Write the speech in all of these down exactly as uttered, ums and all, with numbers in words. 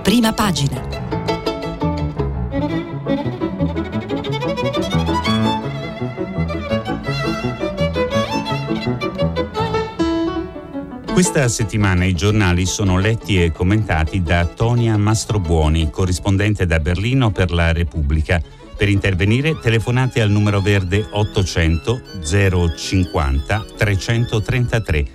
Prima pagina. Questa settimana i giornali sono letti e commentati da Tonia Mastrobuoni, corrispondente da Berlino per la Repubblica. Per intervenire telefonate al numero verde ottocento zero cinquanta trecentotrentatré.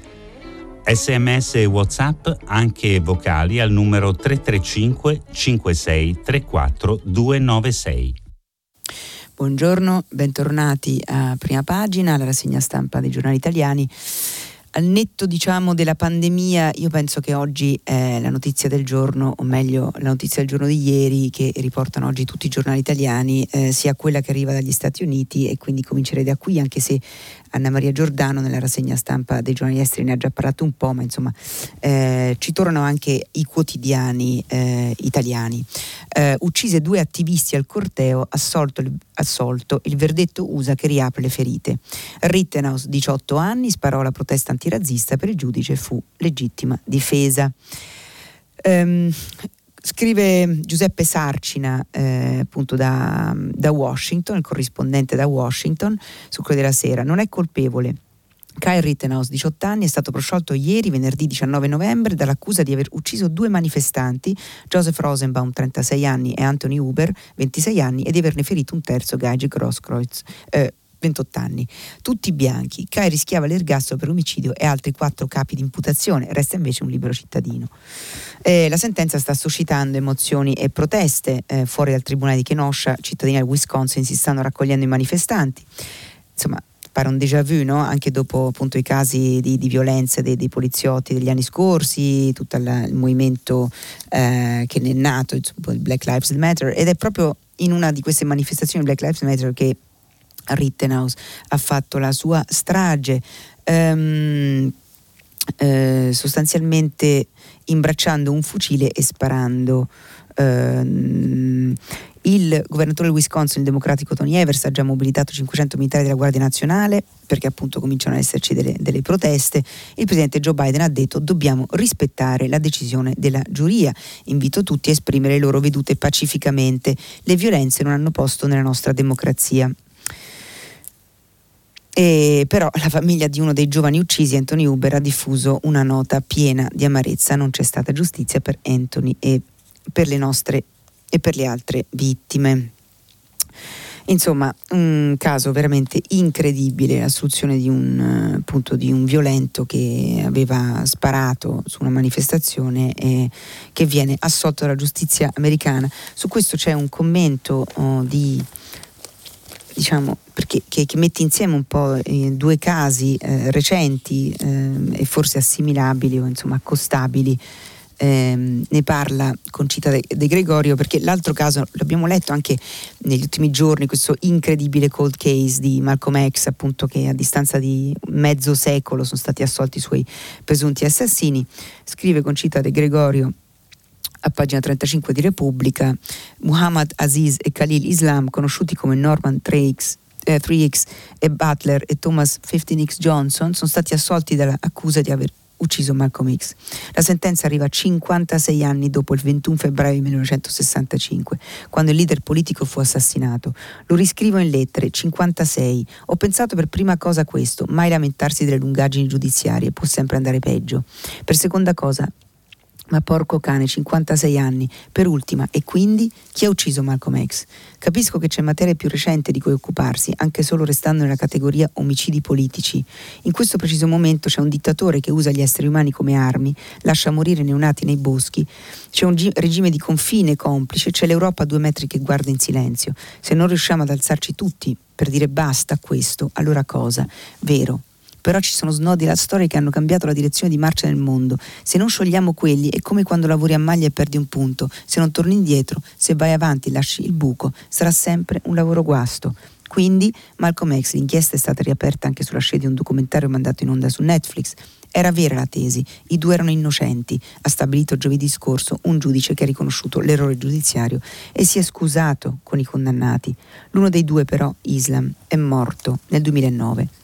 Sms e WhatsApp, anche vocali, al numero tre tre cinque cinque sei tre quattro due nove sei. Buongiorno, bentornati a Prima Pagina, la rassegna stampa dei giornali italiani. Al netto, diciamo, della pandemia, io penso che oggi è la notizia del giorno, o meglio la notizia del giorno di ieri, che riportano oggi tutti i giornali italiani, eh, sia quella che arriva dagli Stati Uniti, e quindi comincerei da qui, anche se Anna Maria Giordano nella rassegna stampa dei giornali esteri ne ha già parlato un po', ma insomma eh, ci tornano anche i quotidiani eh, italiani. Eh, uccise due attivisti al corteo, assolto il, assolto il verdetto U S A che riapre le ferite. Rittenhouse, diciotto anni, sparò alla protesta antirazzista, per il giudice fu legittima difesa. Um, Scrive Giuseppe Sarcina, eh, appunto da, da Washington, il corrispondente da Washington, sul Corriere della Sera. Non è colpevole. Kyle Rittenhouse, diciotto anni, è stato prosciolto ieri, venerdì diciannove novembre, dall'accusa di aver ucciso due manifestanti, Joseph Rosenbaum, trentasei anni, e Anthony Huber, ventisei anni, e di averne ferito un terzo, Gage Grosskreutz, eh, ventotto anni. Tutti bianchi. Kyle rischiava l'ergastolo per omicidio e altri quattro capi di imputazione, resta invece un libero cittadino. Eh, la sentenza sta suscitando emozioni e proteste. Eh, fuori dal tribunale di Kenosha, cittadini del Wisconsin si stanno raccogliendo i manifestanti. Insomma, pare un déjà vu, no? Anche dopo appunto i casi di, di violenza dei, dei poliziotti degli anni scorsi, tutto il, il movimento eh, che ne è nato, insomma, il Black Lives Matter, ed è proprio in una di queste manifestazioni Black Lives Matter che Rittenhouse ha fatto la sua strage, ehm, eh, sostanzialmente imbracciando un fucile e sparando. Ehm, il governatore del Wisconsin, il democratico Tony Evers, ha già mobilitato cinquecento militari della Guardia Nazionale, perché appunto cominciano ad esserci delle, delle proteste. Il presidente Joe Biden ha detto: dobbiamo rispettare la decisione della giuria, invito tutti a esprimere le loro vedute pacificamente, le violenze non hanno posto nella nostra democrazia. E però la famiglia di uno dei giovani uccisi, Anthony Huber, ha diffuso una nota piena di amarezza. Non c'è stata giustizia per Anthony e per le nostre e per le altre vittime. Insomma, un caso veramente incredibile, l'assoluzione di un appunto di un violento che aveva sparato su una manifestazione e che viene assolto dalla giustizia americana. Su questo c'è un commento oh, di diciamo perché che, che mette insieme un po' eh, due casi eh, recenti eh, e forse assimilabili o insomma accostabili. Eh, ne parla Concita De, De Gregorio, perché l'altro caso l'abbiamo letto anche negli ultimi giorni, questo incredibile cold case di Malcolm X, appunto, che a distanza di mezzo secolo sono stati assolti i suoi presunti assassini. Scrive Concita De Gregorio a pagina trentacinque di Repubblica: Muhammad Aziz e Khalil Islam, conosciuti come Norman tre X eh, tre X e Butler e Thomas quindici X Johnson, sono stati assolti dall'accusa di aver ucciso Malcolm X. La sentenza arriva cinquantasei anni dopo il ventuno febbraio millenovecentosessantacinque, quando il leader politico fu assassinato. Lo riscrivo in lettere: cinquantasei. Ho pensato per prima cosa questo: mai lamentarsi delle lungaggini giudiziarie, può sempre andare peggio. Per seconda cosa, ma porco cane, cinquantasei anni. Per ultima, e quindi chi ha ucciso Malcolm X? Capisco che c'è materia più recente di cui occuparsi, anche solo restando nella categoria omicidi politici. In questo preciso momento c'è un dittatore che usa gli esseri umani come armi, lascia morire neonati nei boschi, c'è un gi- regime di confine complice, c'è l'Europa a due metri che guarda in silenzio. Se non riusciamo ad alzarci tutti per dire basta a questo, allora cosa? Vero. Però ci sono snodi della storia che hanno cambiato la direzione di marcia nel mondo. Se non sciogliamo quelli è come quando lavori a maglia e perdi un punto. Se non torni indietro, se vai avanti e lasci il buco, sarà sempre un lavoro guasto. Quindi Malcolm X, l'inchiesta è stata riaperta anche sulla scia di un documentario mandato in onda su Netflix. Era vera la tesi, i due erano innocenti, ha stabilito giovedì scorso un giudice che ha riconosciuto l'errore giudiziario e si è scusato con i condannati. L'uno dei due però, Islam, è morto nel duemilanove.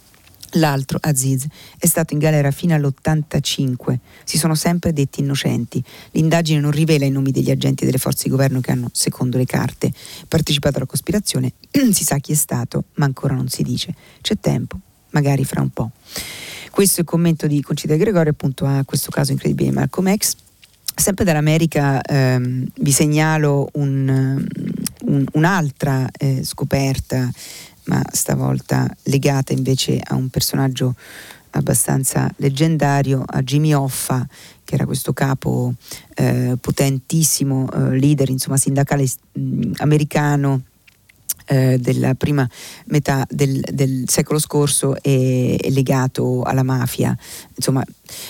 L'altro, Aziz, è stato in galera fino all'ottantacinque. Si sono sempre detti innocenti. L'indagine non rivela i nomi degli agenti delle forze di governo che hanno, secondo le carte, partecipato alla cospirazione. Si sa chi è stato, ma ancora non si dice. C'è tempo, magari fra un po'. Questo è il commento di Concita De Gregorio appunto a questo caso incredibile di Malcolm X. Sempre dall'America ehm, vi segnalo un, un, un'altra eh, scoperta, ma stavolta legata invece a un personaggio abbastanza leggendario, a Jimmy Hoffa, che era questo capo eh, potentissimo, eh, leader insomma sindacale mh, americano eh, della prima metà del, del secolo scorso e, e legato alla mafia, insomma.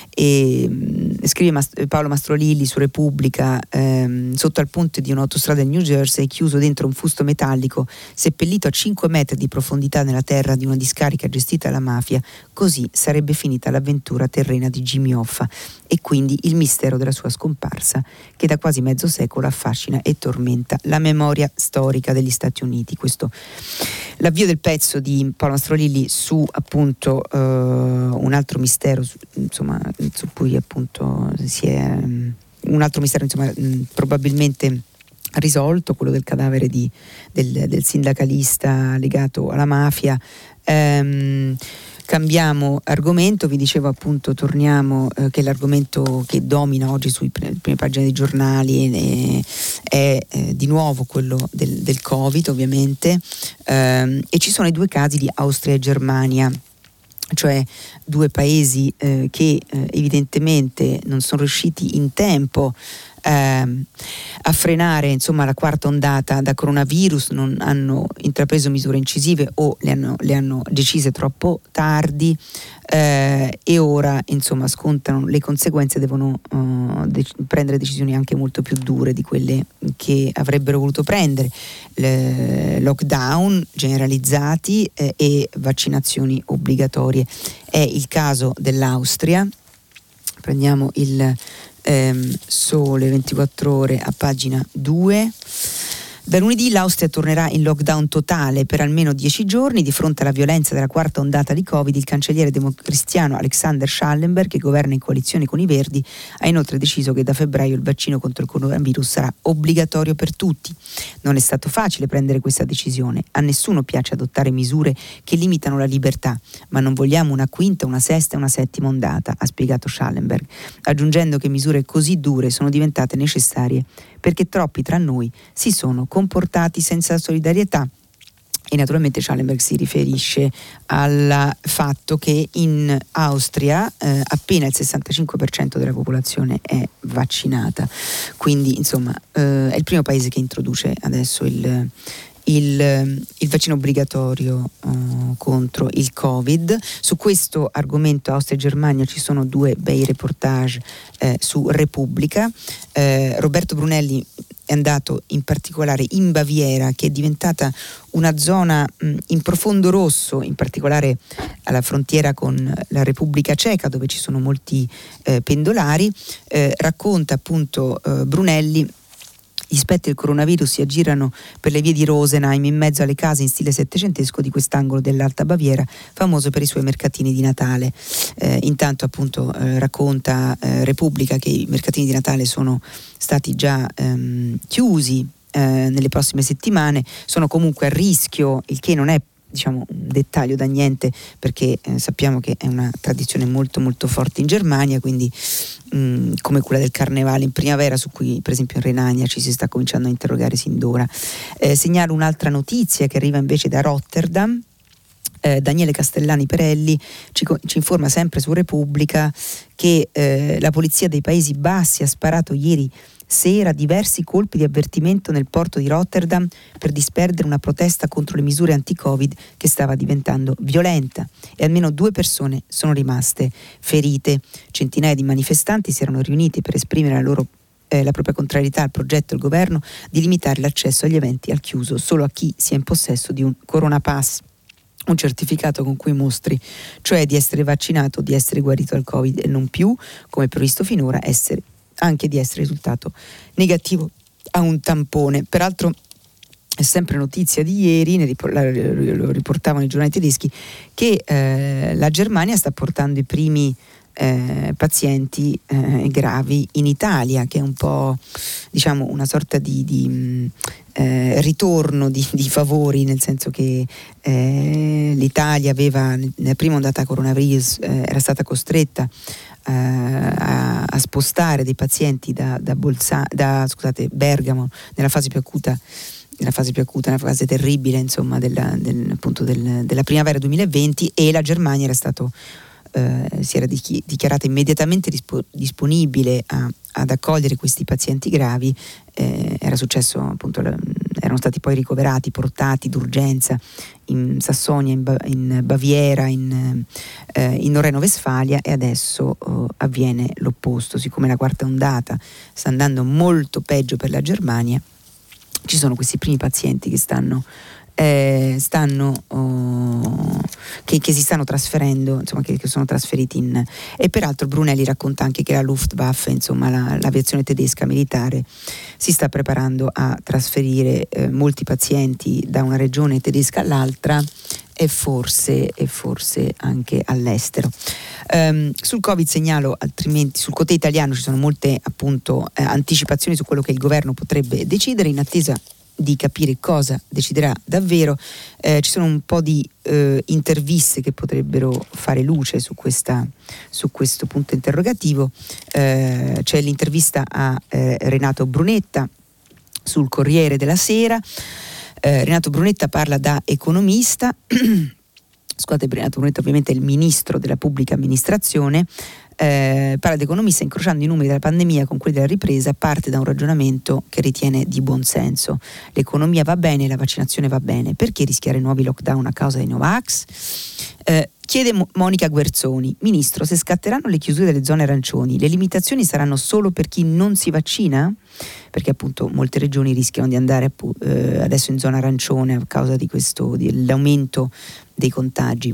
E mh, scrive Mast- Paolo Mastrolilli su Repubblica: ehm, sotto al ponte di un'autostrada in New Jersey, chiuso dentro un fusto metallico, seppellito a cinque metri di profondità nella terra di una discarica gestita dalla mafia, così sarebbe finita l'avventura terrena di Jimmy Hoffa e quindi il mistero della sua scomparsa, che da quasi mezzo secolo affascina e tormenta la memoria storica degli Stati Uniti. Questo l'avvio del pezzo di Paolo Mastrolilli su appunto eh, un altro mistero, su, insomma su cui appunto si è um, un altro mistero insomma mh, probabilmente risolto, quello del cadavere di, del, del sindacalista legato alla mafia. Ehm, cambiamo argomento, vi dicevo appunto, torniamo eh, che l'argomento che domina oggi sulle prime pagine dei giornali eh, è eh, di nuovo quello del, del Covid, ovviamente, ehm, e ci sono i due casi di Austria e Germania, cioè due paesi eh, che eh, evidentemente non sono riusciti in tempo eh, a frenare insomma la quarta ondata da coronavirus, non hanno intrapreso misure incisive o le hanno, le hanno decise troppo tardi eh, e ora insomma scontano le conseguenze, devono uh, de- prendere decisioni anche molto più dure di quelle che avrebbero voluto prendere, le lockdown generalizzati eh, e vaccinazioni obbligatorie. È il caso dell'Austria. Prendiamo il ehm, Sole ventiquattro Ore a pagina due. Da lunedì l'Austria tornerà in lockdown totale per almeno dieci giorni. Di fronte alla violenza della quarta ondata di Covid, il cancelliere democristiano Alexander Schallenberg, che governa in coalizione con i Verdi, ha inoltre deciso che da febbraio il vaccino contro il coronavirus sarà obbligatorio per tutti. Non è stato facile prendere questa decisione. A nessuno piace adottare misure che limitano la libertà, ma non vogliamo una quinta, una sesta e una settima ondata, ha spiegato Schallenberg, aggiungendo che misure così dure sono diventate necessarie perché troppi tra noi si sono comportati senza solidarietà. E naturalmente Schallenberg si riferisce al fatto che in Austria eh, appena il sessantacinque per cento della popolazione è vaccinata, quindi insomma eh, è il primo paese che introduce adesso il Il, il vaccino obbligatorio uh, contro il Covid. Su questo argomento Austria e Germania ci sono due bei reportage eh, su Repubblica. Eh, Roberto Brunelli è andato in particolare in Baviera, che è diventata una zona mh, in profondo rosso, in particolare alla frontiera con la Repubblica Ceca, dove ci sono molti eh, pendolari. Eh, racconta appunto eh, Brunelli: gli spettri del coronavirus si aggirano per le vie di Rosenheim, in mezzo alle case in stile settecentesco di quest'angolo dell'Alta Baviera, famoso per i suoi mercatini di Natale. Eh, intanto appunto eh, racconta eh, Repubblica che i mercatini di Natale sono stati già ehm, chiusi eh, nelle prossime settimane, sono comunque a rischio, il che non è diciamo un dettaglio da niente, perché eh, sappiamo che è una tradizione molto molto forte in Germania, quindi mh, come quella del carnevale in primavera, su cui per esempio in Renania ci si sta cominciando a interrogare sin d'ora. Eh, segnalo un'altra notizia che arriva invece da Rotterdam. Eh, Daniele Castellani Perelli ci, ci informa sempre su Repubblica che eh, la polizia dei Paesi Bassi ha sparato ieri sera diversi colpi di avvertimento nel porto di Rotterdam per disperdere una protesta contro le misure anti-Covid che stava diventando violenta, e almeno due persone sono rimaste ferite. Centinaia di manifestanti si erano riuniti per esprimere la loro eh, la propria contrarietà al progetto del governo di limitare l'accesso agli eventi al chiuso solo a chi sia in possesso di un Corona Pass, un certificato con cui mostri cioè di essere vaccinato o di essere guarito dal Covid, e non più, come previsto finora, essere anche di essere risultato negativo a un tampone. Peraltro è sempre notizia di ieri, ne ripor- lo riportavano i giornali tedeschi, che eh, la Germania sta portando i primi eh, pazienti eh, gravi in Italia, che è un po', diciamo, una sorta di, di eh, ritorno di, di favori, nel senso che eh, l'Italia aveva, nella prima ondata coronavirus, eh, era stata costretta eh, a, a spostare dei pazienti da, da, Bolza- da scusate, Bergamo, nella fase più acuta nella fase più acuta, nella fase terribile, insomma, della, del, appunto del, della primavera duemilaventi, e la Germania era stato eh, si era dichi- dichiarata immediatamente dispo- disponibile a, ad accogliere questi pazienti gravi. Eh, era successo appunto, la, erano stati poi ricoverati, portati d'urgenza in Sassonia, in, ba- in Baviera, in, eh, in Norreno-Westfalia, e adesso eh, avviene l'opposto. Siccome la quarta ondata sta andando molto peggio per la Germania, ci sono questi primi pazienti che stanno eh, stanno oh, che, che si stanno trasferendo, insomma, che, che sono trasferiti in. E peraltro Brunelli racconta anche che la Luftwaffe, insomma la, l'aviazione tedesca militare, si sta preparando a trasferire eh, molti pazienti da una regione tedesca all'altra, e forse, e forse anche all'estero. Um, sul Covid segnalo, altrimenti sul Cotè italiano ci sono molte, appunto, eh, anticipazioni su quello che il governo potrebbe decidere, in attesa di capire cosa deciderà davvero. Eh, ci sono un po' di eh, interviste che potrebbero fare luce su, questa, su questo punto interrogativo. Eh, c'è l'intervista a eh, Renato Brunetta sul Corriere della Sera. Eh, Renato Brunetta parla da economista. Scusate, Renato Brunetta ovviamente è il ministro della pubblica amministrazione. Eh, parla da economista, incrociando i numeri della pandemia con quelli della ripresa, parte da un ragionamento che ritiene di buon senso. L'economia va bene, la vaccinazione va bene, perché rischiare nuovi lockdown a causa dei Novax? Eh, chiede Mo- Monica Guerzoni: Ministro, se scatteranno le chiusure delle zone arancioni, le limitazioni saranno solo per chi non si vaccina? Perché appunto molte regioni rischiano di andare eh, adesso in zona arancione a causa di questo, dell'aumento dei contagi.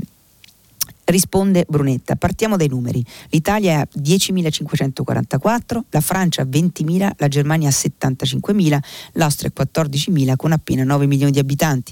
Risponde Brunetta: partiamo dai numeri. L'Italia ha diecimilacinquecentoquarantaquattro, la Francia ha ventimila, la Germania ha settantacinquemila, l'Austria ha quattordicimila con appena nove milioni di abitanti.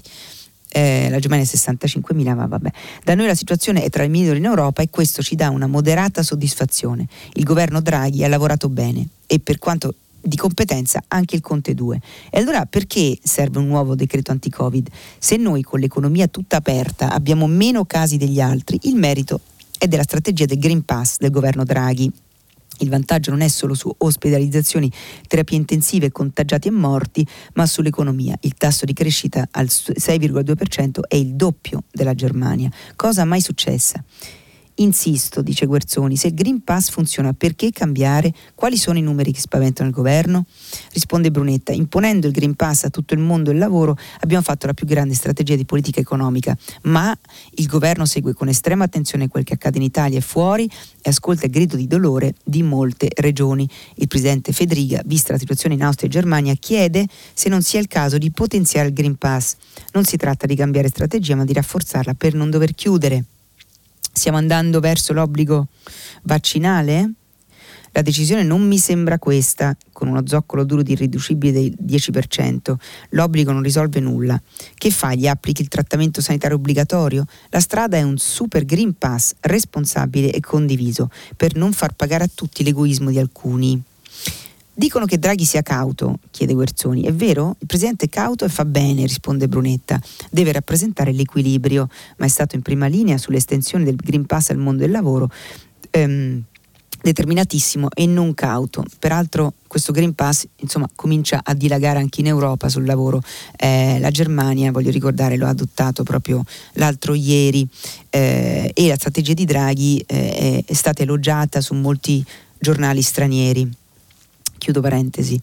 Eh, la Germania ha sessantacinquemila, ma vabbè. Da noi la situazione è tra le migliori in Europa e questo ci dà una moderata soddisfazione. Il governo Draghi ha lavorato bene e per quanto di competenza anche il Conte due. E allora perché serve un nuovo decreto anti-Covid? Se noi con l'economia tutta aperta abbiamo meno casi degli altri, il merito è della strategia del Green Pass del governo Draghi. Il vantaggio non è solo su ospedalizzazioni, terapie intensive, contagiati e morti, ma sull'economia. Il tasso di crescita al sei virgola due per cento è il doppio della Germania, cosa mai successa. Insisto, dice Guerzoni, se il Green Pass funziona, perché cambiare? Quali sono i numeri che spaventano il governo? Risponde Brunetta: imponendo il Green Pass a tutto il mondo del lavoro abbiamo fatto la più grande strategia di politica economica, ma il governo segue con estrema attenzione quel che accade in Italia e fuori e ascolta il grido di dolore di molte regioni. Il presidente Fedriga, vista la situazione in Austria e Germania, chiede se non sia il caso di potenziare il Green Pass. Non si tratta di cambiare strategia, ma di rafforzarla per non dover chiudere. Stiamo andando verso l'obbligo vaccinale? La decisione non mi sembra questa, con uno zoccolo duro di irriducibile del dieci per cento. L'obbligo non risolve nulla. Che fa? Gli applichi il trattamento sanitario obbligatorio? La strada è un super Green Pass responsabile e condiviso, per non far pagare a tutti l'egoismo di alcuni. Dicono che Draghi sia cauto, chiede Guerzoni. È vero? Il presidente è cauto e fa bene, risponde Brunetta. Deve rappresentare l'equilibrio, ma è stato in prima linea sull'estensione del Green Pass al mondo del lavoro, ehm, determinatissimo e non cauto. Peraltro questo Green Pass, insomma, comincia a dilagare anche in Europa sul lavoro. Eh, la Germania, voglio ricordare, lo ha adottato proprio l'altro ieri, eh, e la strategia di Draghi eh, è stata elogiata su molti giornali stranieri. Chiudo parentesi.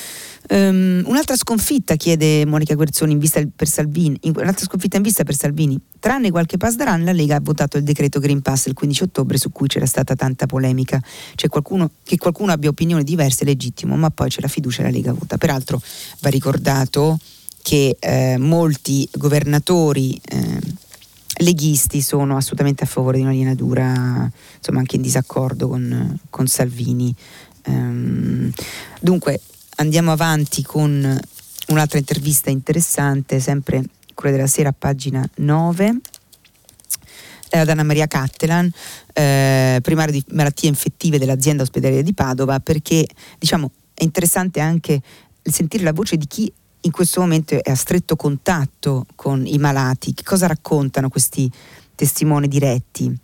Um, un'altra sconfitta, chiede Monica Guerzoni, in vista per Salvini. In, un'altra sconfitta in vista per Salvini. Tranne qualche pasdaran, la Lega ha votato il decreto Green Pass il quindici ottobre, su cui c'era stata tanta polemica. C'è qualcuno che qualcuno abbia opinioni diverse, è legittimo, ma poi c'è la fiducia e la Lega vota. Peraltro va ricordato che eh, molti governatori eh, leghisti sono assolutamente a favore di una linea dura, insomma anche in disaccordo con, con Salvini. Um, dunque andiamo avanti con un'altra intervista interessante, sempre quella della Sera, pagina nove, ad Anna Maria Cattelan, eh, primario di malattie infettive dell'azienda ospedaliera di Padova, perché diciamo è interessante anche sentire la voce di chi in questo momento è a stretto contatto con i malati, che cosa raccontano questi testimoni diretti,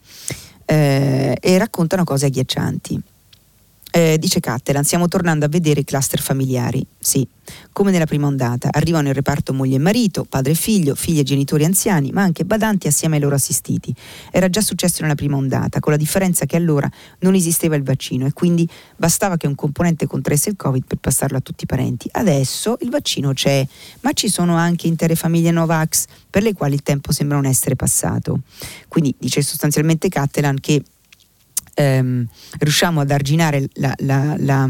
eh, e raccontano cose agghiaccianti. Eh, dice Cattelan, stiamo tornando a vedere i cluster familiari, sì, come nella prima ondata. Arrivano in reparto moglie e marito, padre e figlio, figli e genitori anziani, ma anche badanti assieme ai loro assistiti. Era già successo nella prima ondata, con la differenza che allora non esisteva il vaccino e quindi bastava che un componente contraesse il Covid per passarlo a tutti i parenti. Adesso il vaccino c'è, ma ci sono anche intere famiglie Novax per le quali il tempo sembra non essere passato. Quindi dice sostanzialmente Cattelan che Ehm, riusciamo ad arginare la, la, la,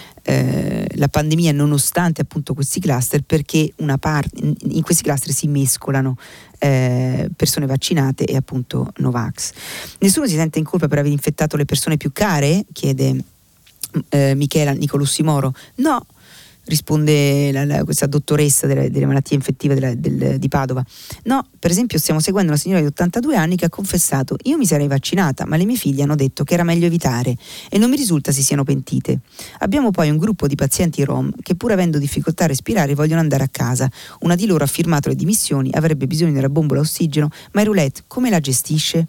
eh, la pandemia nonostante appunto questi cluster, perché una parte in, in questi cluster si mescolano eh, persone vaccinate e appunto Novax. Nessuno si sente in colpa per aver infettato le persone più care? Chiede eh, Michela Nicolussi Moro. No, risponde la, la, questa dottoressa delle, delle malattie infettive della, del, di Padova. No, per esempio stiamo seguendo una signora di ottantadue anni che ha confessato: io mi sarei vaccinata, ma le mie figlie hanno detto che era meglio evitare e non mi risulta si siano pentite. Abbiamo poi un gruppo di pazienti rom che, pur avendo difficoltà a respirare, vogliono andare a casa. Una di loro ha firmato le dimissioni, avrebbe bisogno della bombola ossigeno, ma il roulette come la gestisce?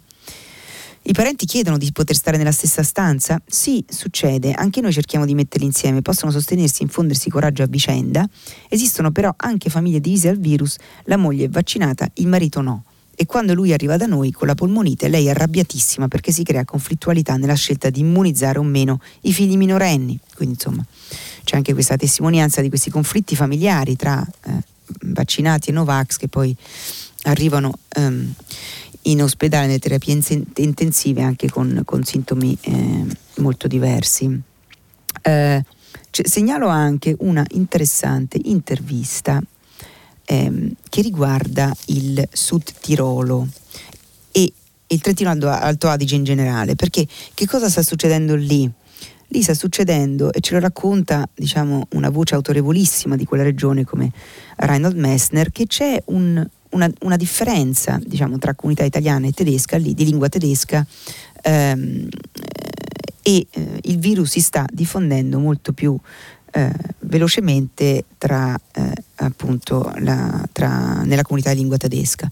I parenti chiedono di poter stare nella stessa stanza? Sì, succede, anche noi cerchiamo di metterli insieme, possono sostenersi e infondersi coraggio a vicenda. Esistono però anche famiglie divise al virus, la moglie è vaccinata, il marito no. E quando lui arriva da noi con la polmonite, lei è arrabbiatissima perché si crea conflittualità nella scelta di immunizzare o meno i figli minorenni. Quindi insomma c'è anche questa testimonianza di questi conflitti familiari tra eh, vaccinati e Novax che poi arrivano um, in ospedale nelle terapie intensive anche con, con sintomi eh, molto diversi. Eh, cioè, segnalo anche una interessante intervista ehm, che riguarda il Sud Tirolo e il Trentino Alto Adige in generale, perché che cosa sta succedendo lì? Lì sta succedendo, e ce lo racconta diciamo una voce autorevolissima di quella regione come Reinhold Messner, che c'è un Una, una differenza diciamo tra comunità italiana e tedesca lì di lingua tedesca ehm, e eh, il virus si sta diffondendo molto più eh, velocemente tra eh, appunto la, tra, nella comunità di lingua tedesca.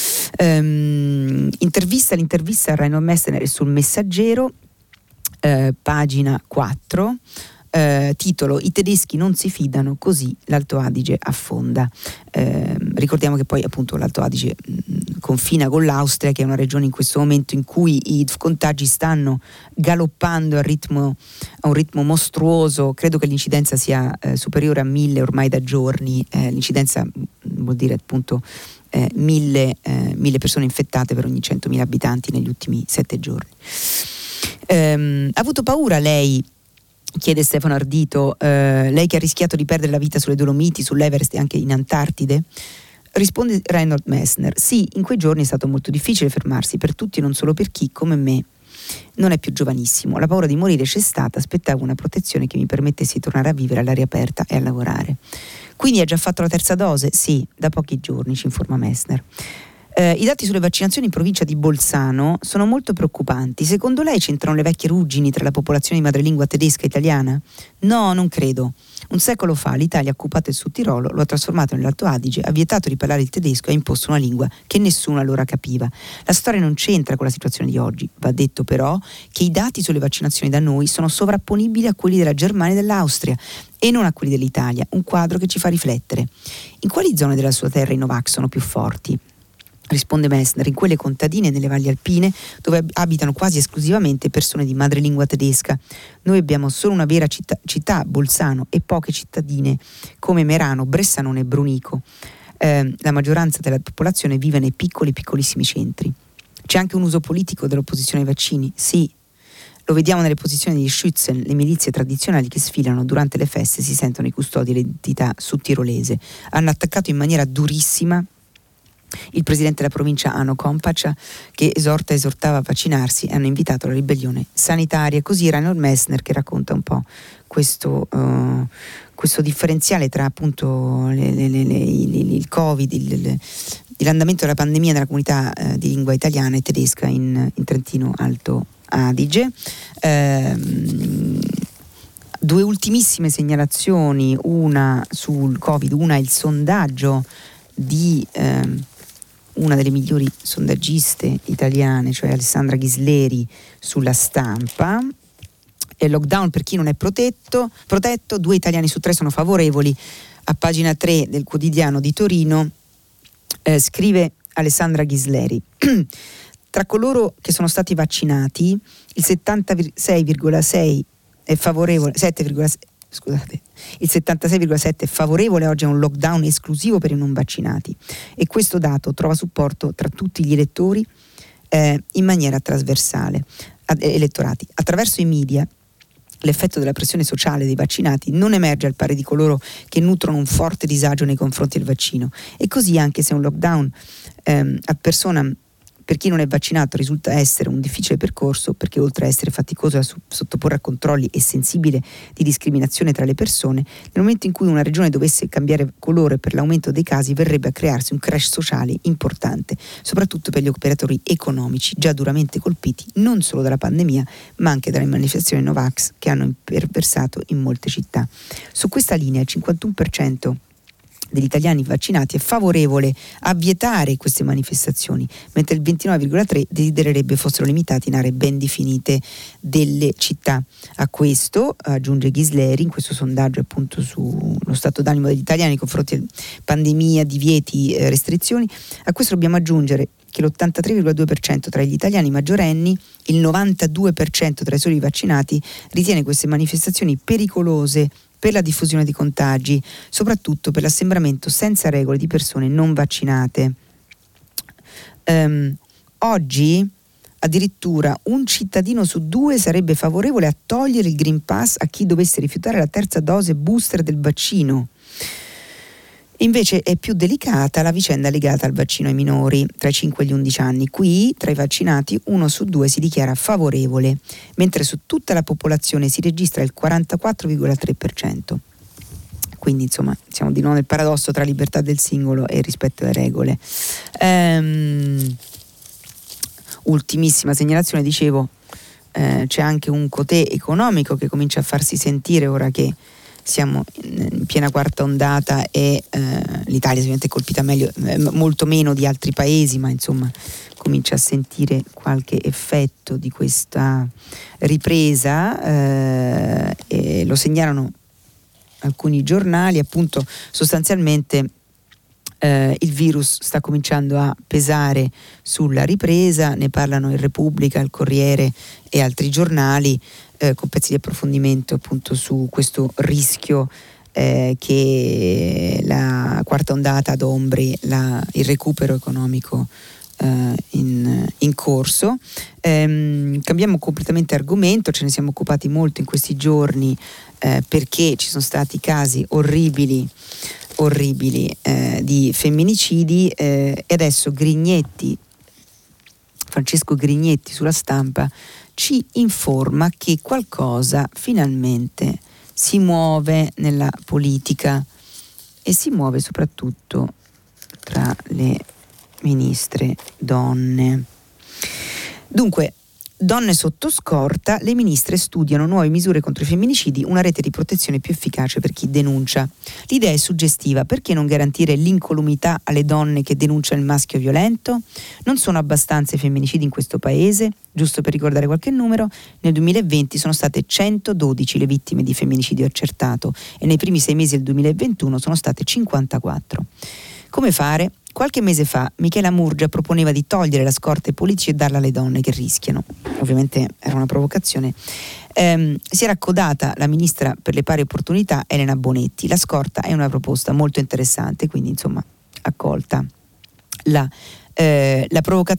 Ehm, intervista l'intervista a Reinhold Messner sul Messaggero, eh, pagina quattro. Eh, titolo: I tedeschi non si fidano, così l'Alto Adige affonda. Eh, ricordiamo che poi appunto l'Alto Adige mh, confina con l'Austria, che è una regione in questo momento in cui i contagi stanno galoppando a, ritmo, a un ritmo mostruoso. Credo che l'incidenza sia eh, superiore a mille ormai da giorni. Eh, l'incidenza vuol dire appunto eh, mille, eh, mille persone infettate per ogni centomila abitanti negli ultimi sette giorni. Eh, ha avuto paura lei? Chiede Stefano Ardito, eh, lei che ha rischiato di perdere la vita sulle Dolomiti, sull'Everest e anche in Antartide? Risponde Reinhold Messner: sì, in quei giorni è stato molto difficile fermarsi, per tutti, non solo per chi, come me, non è più giovanissimo. La paura di morire c'è stata, aspettavo una protezione che mi permettesse di tornare a vivere all'aria aperta e a lavorare. Quindi ha già fatto la terza dose? Sì, da pochi giorni, ci informa Messner. Eh, I dati sulle vaccinazioni in provincia di Bolzano sono molto preoccupanti. Secondo lei c'entrano le vecchie ruggini tra la popolazione di madrelingua tedesca e italiana? No, non credo. Un secolo fa l'Italia ha occupato il Sud Tirolo, lo ha trasformato nell'Alto Adige, ha vietato di parlare il tedesco e ha imposto una lingua che nessuno allora capiva. La storia non c'entra con la situazione di oggi. Va detto però che i dati sulle vaccinazioni da noi sono sovrapponibili a quelli della Germania e dell'Austria e non a quelli dell'Italia, un quadro che ci fa riflettere. In quali zone della sua terra i Novax sono più forti? Risponde Messner: in quelle contadine e nelle valli alpine dove abitano quasi esclusivamente persone di madrelingua tedesca. Noi abbiamo solo una vera città, città Bolzano, e poche cittadine come Merano, Bressanone e Brunico. Eh, la maggioranza della popolazione vive nei piccoli piccolissimi centri. C'è anche un uso politico dell'opposizione ai vaccini? Sì. Lo vediamo nelle posizioni degli Schützen, le milizie tradizionali che sfilano durante le feste, si sentono i custodi dell'identità sudtirolese. Hanno attaccato in maniera durissima il presidente della provincia Anno Kompaccia, che esorta esortava a vaccinarsi, e hanno invitato alla ribellione sanitaria. Così Reinhold Messner, che racconta un po' questo, uh, questo differenziale tra appunto le, le, le, le, il Covid, il, l'andamento della pandemia nella comunità eh, di lingua italiana e tedesca in, in Trentino Alto Adige. Ehm, due ultimissime segnalazioni, una sul Covid, una il sondaggio di ehm, una delle migliori sondaggiste italiane, cioè Alessandra Ghisleri, sulla Stampa. E lockdown per chi non è protetto, protetto, due italiani su tre sono favorevoli. A pagina tre del quotidiano di Torino eh, scrive Alessandra Ghisleri: tra coloro che sono stati vaccinati il settantasei virgola sei è favorevole, sette virgola sei, scusate, il settantasei virgola sette è favorevole oggi a un lockdown esclusivo per i non vaccinati, e questo dato trova supporto tra tutti gli elettori eh, in maniera trasversale, ad, elettorati. Attraverso i media l'effetto della pressione sociale dei vaccinati non emerge al pari di coloro che nutrono un forte disagio nei confronti del vaccino, e così anche se un lockdown ehm, ad persona per chi non è vaccinato risulta essere un difficile percorso, perché oltre a essere faticoso da sottoporre a controlli e sensibile di discriminazione tra le persone, nel momento in cui una regione dovesse cambiare colore per l'aumento dei casi verrebbe a crearsi un crash sociale importante, soprattutto per gli operatori economici già duramente colpiti non solo dalla pandemia ma anche dalle manifestazioni Novax che hanno imperversato in molte città. Su questa linea il cinquantuno per cento degli italiani vaccinati è favorevole a vietare queste manifestazioni, mentre il ventinove virgola tre desidererebbe fossero limitati in aree ben definite delle città. A questo, aggiunge Ghisleri, in questo sondaggio appunto sullo stato d'animo degli italiani nei confronti di pandemia, divieti, eh, restrizioni, a questo dobbiamo aggiungere che l'ottantatré virgola due per cento tra gli italiani maggiorenni, il novantadue per cento tra i soli vaccinati ritiene queste manifestazioni pericolose per la diffusione di contagi, soprattutto per l'assembramento senza regole di persone non vaccinate. Um, oggi addirittura un cittadino su due sarebbe favorevole a togliere il Green Pass a chi dovesse rifiutare la terza dose booster del vaccino. Invece è più delicata la vicenda legata al vaccino ai minori tra i cinque e gli undici anni. Qui, tra i vaccinati, uno su due si dichiara favorevole, mentre su tutta la popolazione si registra il quarantaquattro virgola tre per cento. Quindi, insomma, siamo di nuovo nel paradosso tra libertà del singolo e rispetto alle regole. Ehm, ultimissima segnalazione, dicevo, eh, c'è anche un cotè economico che comincia a farsi sentire ora che siamo in piena quarta ondata e eh, l'Italia sicuramente è colpita meglio, eh, molto meno di altri paesi, ma insomma comincia a sentire qualche effetto di questa ripresa, eh, e lo segnalano alcuni giornali, appunto sostanzialmente eh, il virus sta cominciando a pesare sulla ripresa, ne parlano il Repubblica, il Corriere e altri giornali, Eh, con pezzi di approfondimento appunto su questo rischio eh, che la quarta ondata adombri la, il recupero economico eh, in, in corso. Ehm, cambiamo completamente argomento, ce ne siamo occupati molto in questi giorni eh, perché ci sono stati casi orribili orribili eh, di femminicidi eh, e adesso Grignetti, Francesco Grignetti sulla Stampa ci informa che qualcosa finalmente si muove nella politica e si muove soprattutto tra le ministre donne. Dunque, donne sotto scorta, le ministre studiano nuove misure contro i femminicidi, una rete di protezione più efficace per chi denuncia. L'idea è suggestiva: perché non garantire l'incolumità alle donne che denunciano il maschio violento? Non sono abbastanza i femminicidi in questo paese? Giusto per ricordare qualche numero, nel duemilaventi sono state centododici le vittime di femminicidio accertato e nei primi sei mesi del duemilaventuno sono state cinquantaquattro. Come fare? Qualche mese fa Michela Murgia proponeva di togliere la scorta ai politici e darla alle donne che rischiano. Ovviamente era una provocazione. Ehm, si era accodata la ministra per le pari opportunità Elena Bonetti. La scorta è una proposta molto interessante, quindi insomma accolta. La, eh, la provocazione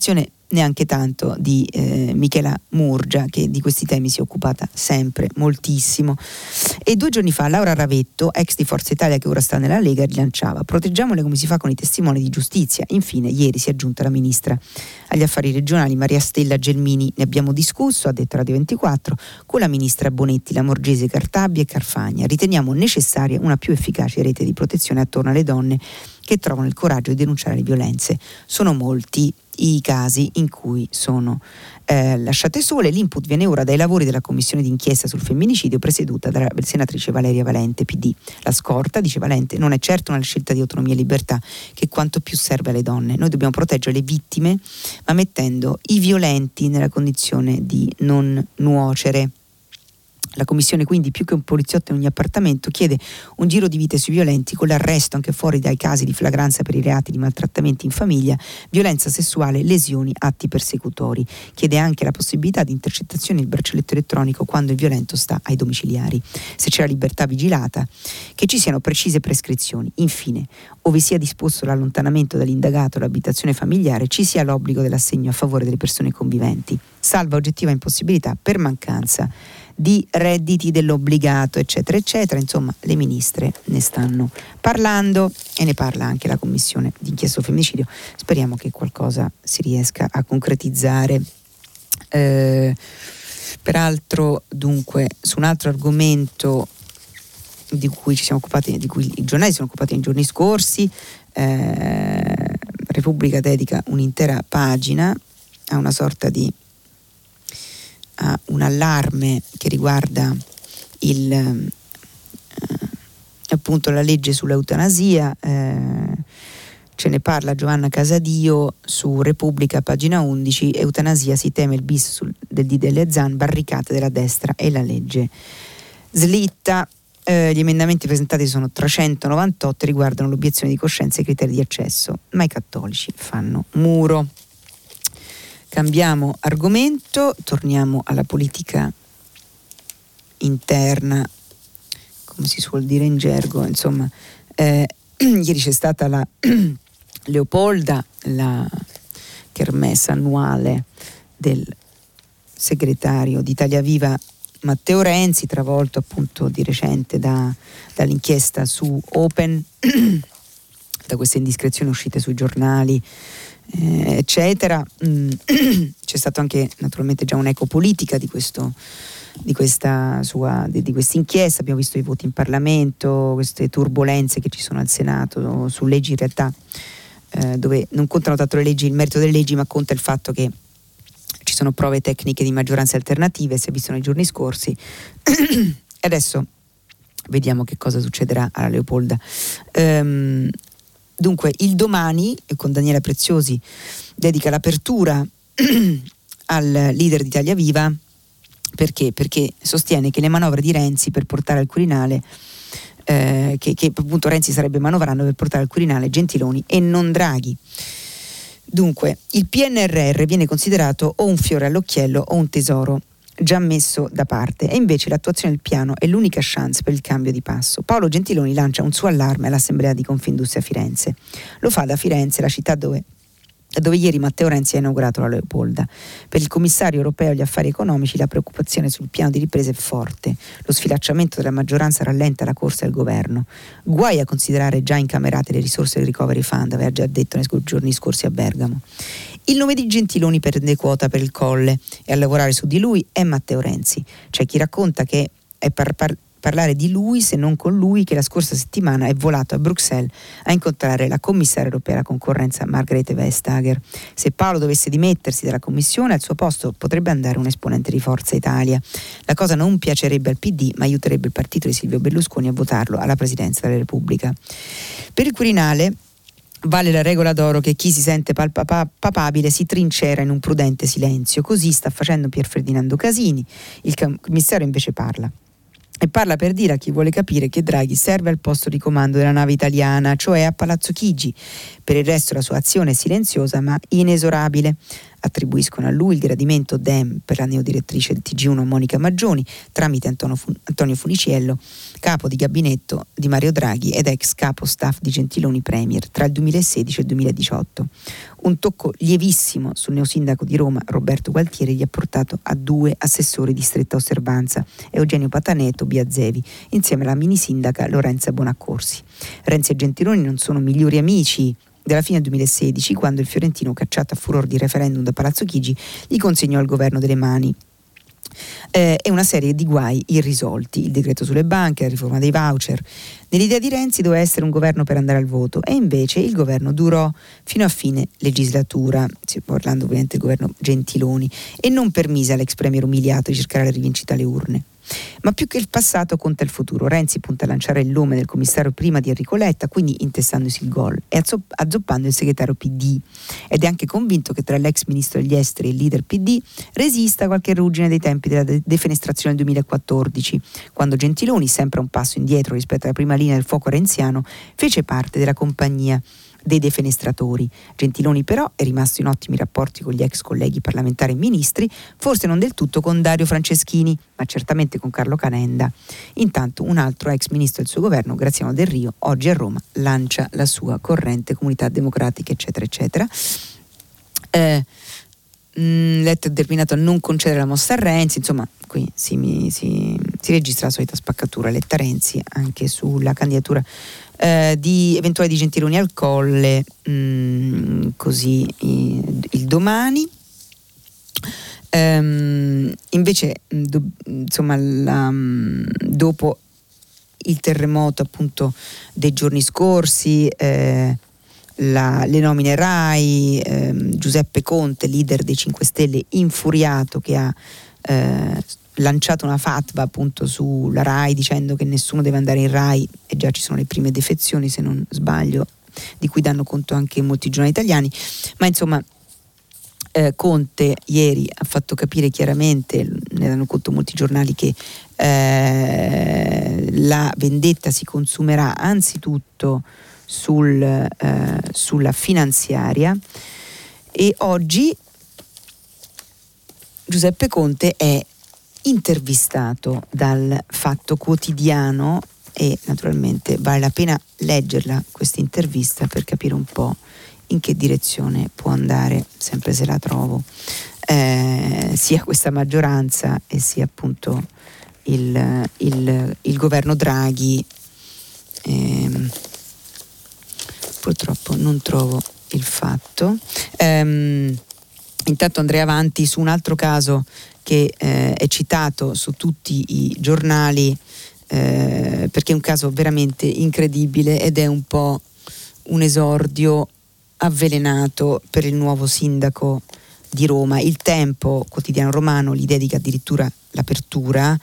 neanche tanto di eh, Michela Murgia, che di questi temi si è occupata sempre moltissimo. E due giorni fa Laura Ravetto, ex di Forza Italia che ora sta nella Lega, rilanciava: proteggiamole come si fa con i testimoni di giustizia. Infine ieri si è aggiunta la ministra agli affari regionali Maria Stella Gelmini: ne abbiamo discusso, ha detto Radio ventiquattro, con la ministra Bonetti, Lamorgese, Cartabia e Carfagna. Riteniamo necessaria una più efficace rete di protezione attorno alle donne che trovano il coraggio di denunciare le violenze. Sono molti i casi in cui sono eh, lasciate sole. L'input viene ora dai lavori della commissione d'inchiesta sul femminicidio presieduta dalla senatrice Valeria Valente, P D. La scorta, dice Valente, non è certo una scelta di autonomia e libertà che quanto più serve alle donne. Noi dobbiamo proteggere le vittime, ma mettendo i violenti nella condizione di non nuocere. La commissione quindi, più che un poliziotto in ogni appartamento, chiede un giro di vite sui violenti, con l'arresto anche fuori dai casi di flagranza per i reati di maltrattamenti in famiglia, violenza sessuale, lesioni, atti persecutori. Chiede anche la possibilità di intercettazione del braccialetto elettronico quando il violento sta ai domiciliari. Se c'è la libertà vigilata, che ci siano precise prescrizioni. Infine, ove sia disposto l'allontanamento dall'indagato all'abitazione familiare, ci sia l'obbligo dell'assegno a favore delle persone conviventi, salva oggettiva impossibilità per mancanza di redditi dell'obbligato, eccetera eccetera. Insomma, le ministre ne stanno parlando e ne parla anche la commissione d'inchiesta sul femminicidio. Speriamo che qualcosa si riesca a concretizzare. Eh, peraltro, dunque, su un altro argomento di cui ci siamo occupati, di cui i giornali si sono occupati nei giorni scorsi, eh, Repubblica dedica un'intera pagina a una sorta di a un allarme che riguarda il eh, appunto la legge sull'eutanasia. Eh, ce ne parla Giovanna Casadio su Repubblica, pagina undici. Eutanasia, si teme il bis sul, del D D L Zan, barricate della destra e la legge slitta. Eh, gli emendamenti presentati sono trecentonovantotto e riguardano l'obiezione di coscienza e i criteri di accesso, ma i cattolici fanno muro. Cambiamo argomento, torniamo alla politica interna, come si suol dire in gergo. Insomma, eh, ieri c'è stata la Leopolda, la kermesse annuale del segretario di Italia Viva Matteo Renzi, travolto appunto di recente da, dall'inchiesta su Open, da queste indiscrezioni uscite sui giornali, Eh, eccetera. Mm, c'è stato anche naturalmente già un'eco politica di questo di questa sua di, di questa inchiesta. Abbiamo visto i voti in Parlamento, queste turbolenze che ci sono al Senato su leggi in realtà eh, dove non contano tanto le leggi, il merito delle leggi, ma conta il fatto che ci sono prove tecniche di maggioranze alternative, si è visto nei giorni scorsi. E adesso vediamo che cosa succederà alla Leopolda. Um, Dunque, il Domani, con Daniela Preziosi, dedica l'apertura al leader di Italia Viva. Perché? Perché sostiene che le manovre di Renzi per portare al Quirinale, eh, che, che appunto Renzi sarebbe manovrando per portare al Quirinale Gentiloni e non Draghi. Dunque, il P N R R viene considerato o un fiore all'occhiello o un tesoro già messo da parte, e invece l'attuazione del piano è l'unica chance per il cambio di passo. Paolo Gentiloni lancia un suo allarme all'Assemblea di Confindustria a Firenze. Lo fa da Firenze, la città dove, dove ieri Matteo Renzi ha inaugurato la Leopolda. Per il commissario europeo agli affari economici la preoccupazione sul piano di ripresa è forte. Lo sfilacciamento della maggioranza rallenta la corsa del governo. Guai a considerare già incamerate le risorse del Recovery Fund, aveva già detto nei giorni scorsi a Bergamo. Il nome di Gentiloni prende quota per il Colle e a lavorare su di lui è Matteo Renzi. C'è chi racconta che è per par- parlare di lui, se non con lui, che la scorsa settimana è volato a Bruxelles a incontrare la commissaria europea alla concorrenza Margrethe Vestager. Se Paolo dovesse dimettersi dalla commissione, al suo posto potrebbe andare un esponente di Forza Italia. La cosa non piacerebbe al P D, ma aiuterebbe il partito di Silvio Berlusconi a votarlo alla presidenza della Repubblica. Per il Quirinale vale la regola d'oro che chi si sente palpabile si trincera in un prudente silenzio. Così sta facendo Pier Ferdinando Casini. Il commissario invece parla. E parla per dire a chi vuole capire che Draghi serve al posto di comando della nave italiana, cioè a Palazzo Chigi. Per il resto la sua azione è silenziosa ma inesorabile. Attribuiscono a lui il gradimento Dem per la neodirettrice del T G uno Monica Maggioni tramite Antonio, Fun- Antonio Funiciello, capo di gabinetto di Mario Draghi ed ex capo staff di Gentiloni Premier tra il duemilasedici e il duemiladiciotto. Un tocco lievissimo sul neosindaco di Roma Roberto Gualtieri gli ha portato a due assessori di stretta osservanza, Eugenio Patanè e Tobia Zevi, insieme alla mini sindaca Lorenza Bonaccorsi. Renzi e Gentiloni non sono migliori amici della fine del duemilasedici, quando il fiorentino, cacciato a furor di referendum da Palazzo Chigi, gli consegnò al governo delle mani eh, e una serie di guai irrisolti: il decreto sulle banche, la riforma dei voucher. Nell'idea di Renzi doveva essere un governo per andare al voto, e invece il governo durò fino a fine legislatura, parlando ovviamente del governo Gentiloni, e non permise all'ex premier umiliato di cercare la rivincita alle urne. Ma più che il passato conta il futuro. Renzi punta a lanciare il nome del commissario prima di Enrico Letta, quindi intestandosi il gol e azzopp- azzoppando il segretario P D, ed è anche convinto che tra l'ex ministro degli esteri e il leader P D resista qualche ruggine dei tempi della de- defenestrazione del duemilaquattordici, quando Gentiloni, sempre un passo indietro rispetto alla prima linea del fuoco renziano, fece parte della compagnia dei defenestratori. Gentiloni però è rimasto in ottimi rapporti con gli ex colleghi parlamentari e ministri, forse non del tutto con Dario Franceschini, ma certamente con Carlo Calenda. Intanto un altro ex ministro del suo governo, Graziano Del Rio, oggi a Roma lancia la sua corrente Comunità Democratica, eccetera eccetera. Eh, mh, Letta è determinato a non concedere la mossa a Renzi. Insomma, qui si, mi, si, si registra la solita spaccatura Letta-Renzi anche sulla candidatura Eh, di eventuali di Gentiloni al Colle, mh, così i, il domani. Ehm, invece do, insomma la, dopo il terremoto appunto dei giorni scorsi, eh, la, le nomine RAI, eh, Giuseppe Conte, leader dei cinque Stelle, infuriato, che ha eh, lanciato una fatwa appunto sulla RAI dicendo che nessuno deve andare in RAI, e già ci sono le prime defezioni, se non sbaglio, di cui danno conto anche molti giornali italiani. Ma insomma eh, Conte ieri ha fatto capire chiaramente, ne danno conto molti giornali, che eh, la vendetta si consumerà anzitutto sul, eh, sulla finanziaria, e oggi Giuseppe Conte è intervistato dal Fatto Quotidiano, e naturalmente vale la pena leggerla questa intervista per capire un po' in che direzione può andare, sempre se la trovo, eh, sia questa maggioranza e sia appunto il, il, il governo Draghi. Eh, purtroppo non trovo il Fatto. Eh, intanto andrei avanti su un altro caso che eh, è citato su tutti i giornali, eh, perché è un caso veramente incredibile ed è un po' un esordio avvelenato per il nuovo sindaco di Roma. Il Tempo, quotidiano romano, gli dedica addirittura l'apertura,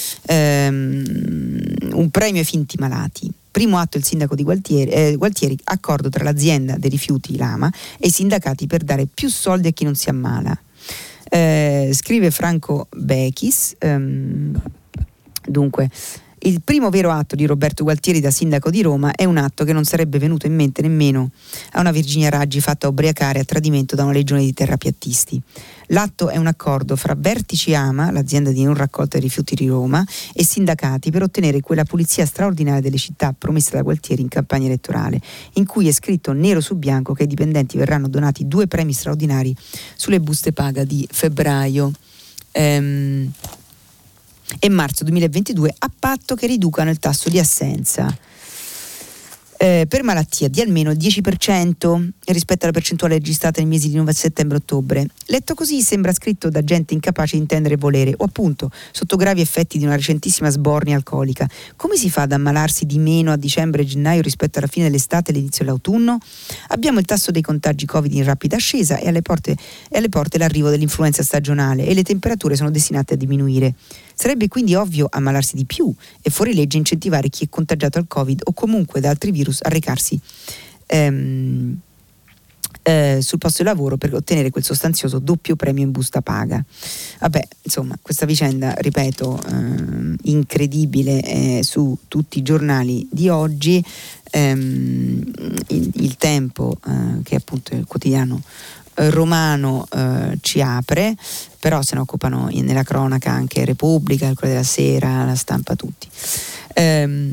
ehm, un premio ai finti malati. Primo atto il sindaco di Gualtieri, eh, Gualtieri, accordo tra l'azienda dei rifiuti Lama e i sindacati per dare più soldi a chi non si ammala. Eh, scrive Franco Bechis, ehm, dunque il primo vero atto di Roberto Gualtieri da sindaco di Roma è un atto che non sarebbe venuto in mente nemmeno a una Virginia Raggi fatta ubriacare a tradimento da una legione di terrapiattisti. L'atto è un accordo fra Vertici Ama, l'azienda di non raccolta dei rifiuti di Roma, e sindacati per ottenere quella pulizia straordinaria delle città promessa da Gualtieri in campagna elettorale, in cui è scritto nero su bianco che ai dipendenti verranno donati due premi straordinari sulle buste paga di febbraio ehm, e marzo duemilaventidue, a patto che riducano il tasso di assenza eh, per malattia di almeno il dieci per cento rispetto alla percentuale registrata nei mesi di settembre-ottobre. Letto così sembra scritto da gente incapace di intendere e volere, o appunto sotto gravi effetti di una recentissima sbornia alcolica. Come si fa ad ammalarsi di meno a dicembre e gennaio rispetto alla fine dell'estate e all'inizio dell'autunno? Abbiamo il tasso dei contagi Covid in rapida ascesa e alle porte, e alle porte l'arrivo dell'influenza stagionale, e le temperature sono destinate a diminuire. Sarebbe quindi ovvio ammalarsi di più e fuori legge incentivare chi è contagiato al Covid o comunque da altri virus a recarsi ehm, eh, sul posto di lavoro per ottenere quel sostanzioso doppio premio in busta paga. Vabbè, insomma, questa vicenda, ripeto, ehm, incredibile eh, su tutti i giornali di oggi. Ehm, il, il Tempo, eh, che è appunto il quotidiano eh, Romano eh, ci apre, però se ne occupano in, nella cronaca anche Repubblica, il Corriere della Sera, La Stampa, tutti. Ehm,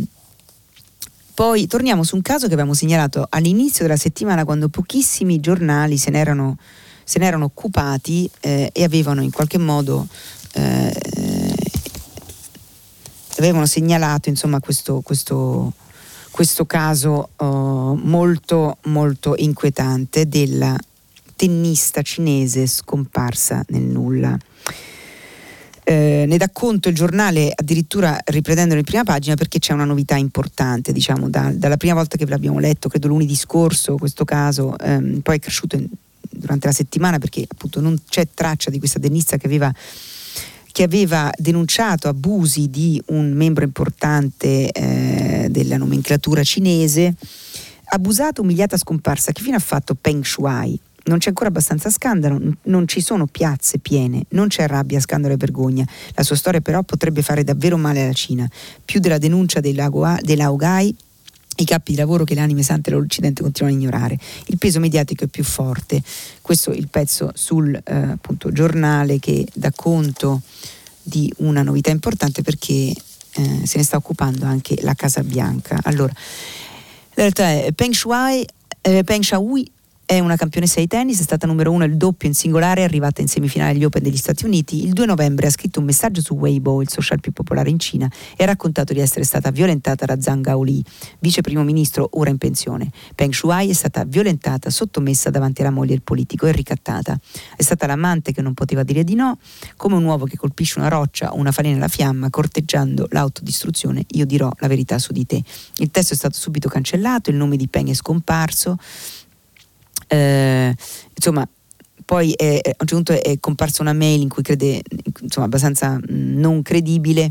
poi torniamo su un caso che abbiamo segnalato all'inizio della settimana, quando pochissimi giornali se ne erano, se ne erano occupati eh, e avevano in qualche modo eh, avevano segnalato insomma questo, questo, questo caso uh, molto molto inquietante della tennista cinese scomparsa nel nulla. Eh, ne dà conto il giornale addirittura riprendendolo in prima pagina, perché c'è una novità importante, diciamo, da, dalla prima volta che l'abbiamo letto, credo lunedì scorso, questo caso ehm, poi è cresciuto in, durante la settimana, perché appunto non c'è traccia di questa tennista che aveva che aveva denunciato abusi di un membro importante eh, della nomenclatura cinese, abusata, umiliata, scomparsa. Che fine ha fatto Peng Shuai? Non c'è ancora abbastanza scandalo, non ci sono piazze piene, non c'è rabbia, scandalo e vergogna. La sua storia però potrebbe fare davvero male alla Cina. Più della denuncia dell'Aogai, i capi di lavoro che le anime sante dell'Occidente continuano a ignorare. Il peso mediatico è più forte. Questo è il pezzo sul eh, appunto, giornale che dà conto di una novità importante, perché eh, se ne sta occupando anche la Casa Bianca. Allora, la realtà è Peng Shuai, eh, Peng Shuai è una campionessa di tennis, è stata numero uno il doppio in singolare, è arrivata in semifinale agli Open degli Stati Uniti. Il due novembre ha scritto un messaggio su Weibo, il social più popolare in Cina, e ha raccontato di essere stata violentata da Zhang Gaoli, vice primo ministro ora in pensione. Peng Shuai è stata violentata, sottomessa davanti alla moglie del politico e ricattata. È stata l'amante che non poteva dire di no, come un uovo che colpisce una roccia o una falena alla fiamma, corteggiando l'autodistruzione. Io dirò la verità su di te. Il testo è stato subito cancellato, il nome di Peng è scomparso. Eh, insomma, poi è, a un certo punto è comparsa una mail in cui crede, insomma, abbastanza non credibile,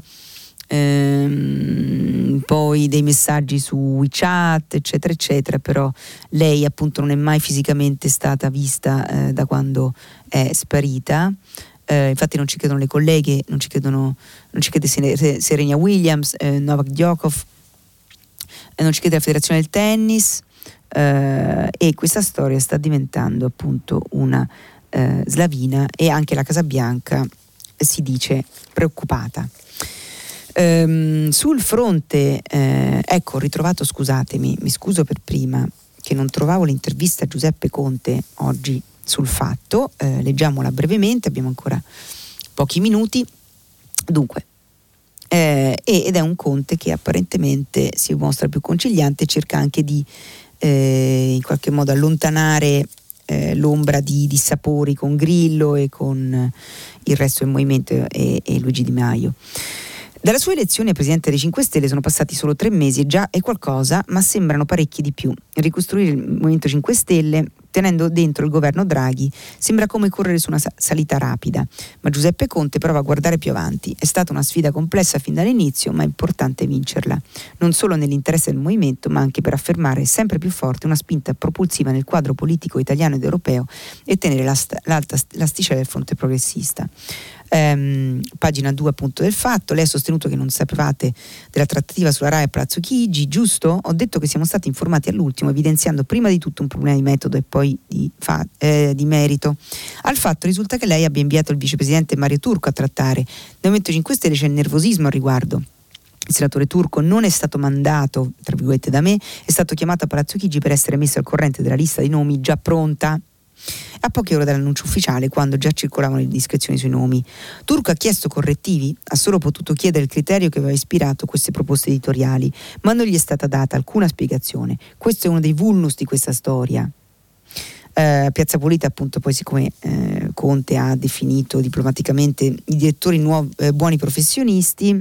ehm, poi dei messaggi su WeChat, eccetera eccetera, però lei appunto non è mai fisicamente stata vista eh, da quando è sparita. Eh, infatti non ci credono le colleghe, non ci credono, non ci crede Serena Williams, eh, Novak Djokovic, eh, non ci crede la Federazione del Tennis. Uh, e questa storia sta diventando appunto una uh, slavina, e anche la Casa Bianca si dice preoccupata. Um, sul fronte, uh, ecco, ho ritrovato, scusatemi, mi scuso per prima che non trovavo l'intervista a Giuseppe Conte oggi sul Fatto, uh, leggiamola brevemente, abbiamo ancora pochi minuti. Dunque, eh, ed è un Conte che apparentemente si mostra più conciliante, cerca anche di Eh, in qualche modo allontanare eh, l'ombra di dissapori con Grillo e con eh, il resto del movimento e, e Luigi Di Maio. Dalla sua elezione a Presidente dei cinque Stelle sono passati solo tre mesi e già è qualcosa, ma sembrano parecchi di più. Ricostruire il Movimento cinque Stelle tenendo dentro il governo Draghi sembra come correre su una salita rapida, ma Giuseppe Conte prova a guardare più avanti. È stata una sfida complessa fin dall'inizio, ma è importante vincerla, non solo nell'interesse del movimento, ma anche per affermare sempre più forte una spinta propulsiva nel quadro politico italiano ed europeo e tenere la st- l'alta st- l'asticella del fronte progressista. Ehm, pagina due appunto del Fatto. Lei ha sostenuto che non sapevate della trattativa sulla Rai a Palazzo Chigi, giusto? Ho detto che siamo stati informati all'ultimo, evidenziando prima di tutto un problema di metodo e poi di, fa- eh, di merito. Al fatto risulta che lei abbia inviato il vicepresidente Mario Turco a trattare. Nel Movimento cinque Stelle c'è nervosismo al riguardo. Il senatore Turco non è stato mandato, tra virgolette, da me, è stato chiamato a Palazzo Chigi per essere messo al corrente della lista di nomi già pronta a poche ore dall'annuncio ufficiale, quando già circolavano le indiscrezioni sui nomi. Turco ha chiesto correttivi, ha solo potuto chiedere il criterio che aveva ispirato queste proposte editoriali, ma non gli è stata data alcuna spiegazione. Questo è uno dei vulnus di questa storia. Uh, Piazza Pulita, appunto, poi siccome uh, Conte ha definito diplomaticamente i direttori nuovi, eh, buoni professionisti,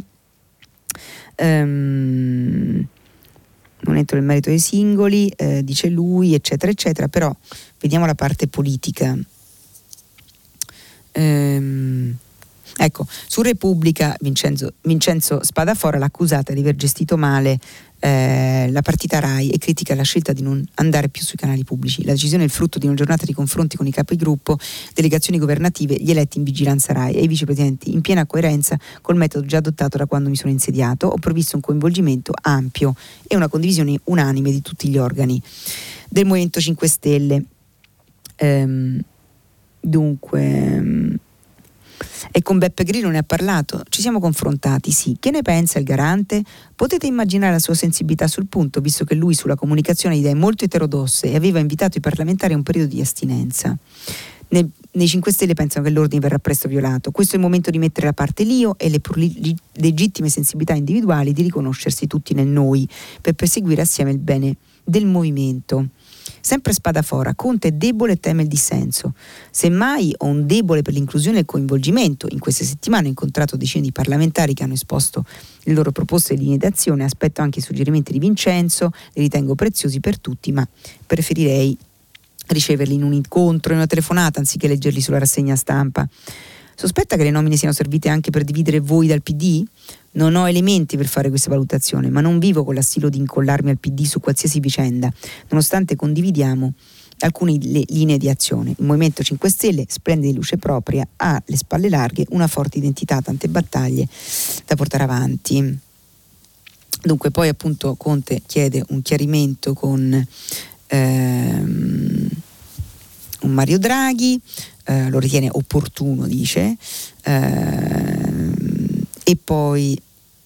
um, non entro nel merito dei singoli, eh, dice lui, eccetera eccetera, però vediamo la parte politica. Ehm, ecco, su Repubblica Vincenzo, Vincenzo Spadafora l'ha accusata di aver gestito male eh, la partita Rai e critica la scelta di non andare più sui canali pubblici. La decisione è il frutto di una giornata di confronti con i capigruppo, delegazioni governative, gli eletti in vigilanza Rai e i vicepresidenti, in piena coerenza col metodo già adottato da quando mi sono insediato. Ho previsto un coinvolgimento ampio e una condivisione unanime di tutti gli organi del Movimento cinque Stelle. Ehm, dunque, e con Beppe Grillo ne ha parlato, ci siamo confrontati, sì. Che ne pensa il garante? Potete immaginare la sua sensibilità sul punto, visto che lui sulla comunicazione ha idee molto eterodosse e aveva invitato i parlamentari a un periodo di astinenza. Ne, nei cinque Stelle pensano che l'ordine verrà presto violato. Questo è il momento di mettere da parte l'io e le pur legittime sensibilità individuali, di riconoscersi tutti nel noi, per perseguire assieme il bene del movimento. Sempre Spadafora, Conte è debole e teme il dissenso. Semmai ho un debole per l'inclusione e il coinvolgimento. In queste settimane ho incontrato decine di parlamentari che hanno esposto le loro proposte e linee d'azione. Aspetto anche i suggerimenti di Vincenzo, li ritengo preziosi per tutti, ma preferirei riceverli in un incontro, in una telefonata, anziché leggerli sulla rassegna stampa. Sospetta che le nomine siano servite anche per dividere voi dal P D? Non ho elementi per fare questa valutazione, ma non vivo con l'assilo di incollarmi al P D su qualsiasi vicenda, nonostante condividiamo alcune le linee di azione. Il Movimento cinque Stelle, splende di luce propria, ha le spalle larghe, una forte identità, tante battaglie da portare avanti. Dunque poi appunto Conte chiede un chiarimento con ehm, un Mario Draghi, eh, lo ritiene opportuno, dice, ehm, e poi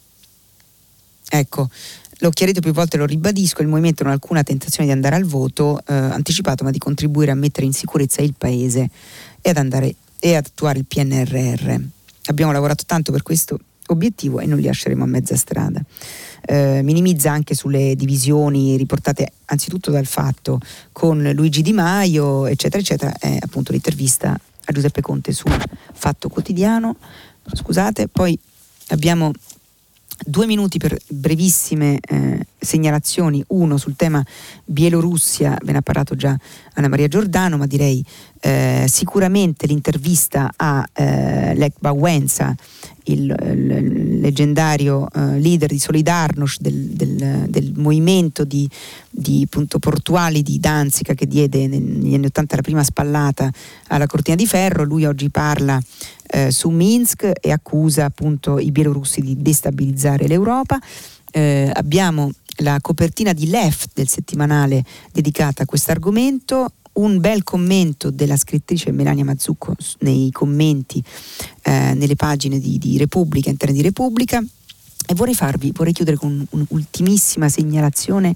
ecco, l'ho chiarito più volte, lo ribadisco, il movimento non ha alcuna tentazione di andare al voto eh, anticipato, ma di contribuire a mettere in sicurezza il paese e ad andare e ad attuare il P N R R. Abbiamo lavorato tanto per questo obiettivo e non li lasceremo a mezza strada. Eh, minimizza anche sulle divisioni riportate anzitutto dal Fatto con Luigi Di Maio, eccetera eccetera. È appunto l'intervista a Giuseppe Conte sul Fatto Quotidiano. Scusate, poi abbiamo due minuti per brevissime eh, segnalazioni. Uno sul tema Bielorussia, ve ne ha parlato già Anna Maria Giordano, ma direi eh, sicuramente l'intervista a eh, Lech Wałęsa, il, il leggendario eh, leader di Solidarność, del, del, del movimento di, di punto portuali di Danzica, che diede negli anni ottanta la prima spallata alla cortina di ferro. Lui oggi parla eh, su Minsk e accusa appunto i bielorussi di destabilizzare l'Europa. Eh, abbiamo la copertina di Left del settimanale dedicata a questo argomento, un bel commento della scrittrice Melania Mazzucco nei commenti eh, nelle pagine di, di Repubblica, interne di Repubblica. E vorrei farvi, vorrei chiudere con un'ultimissima segnalazione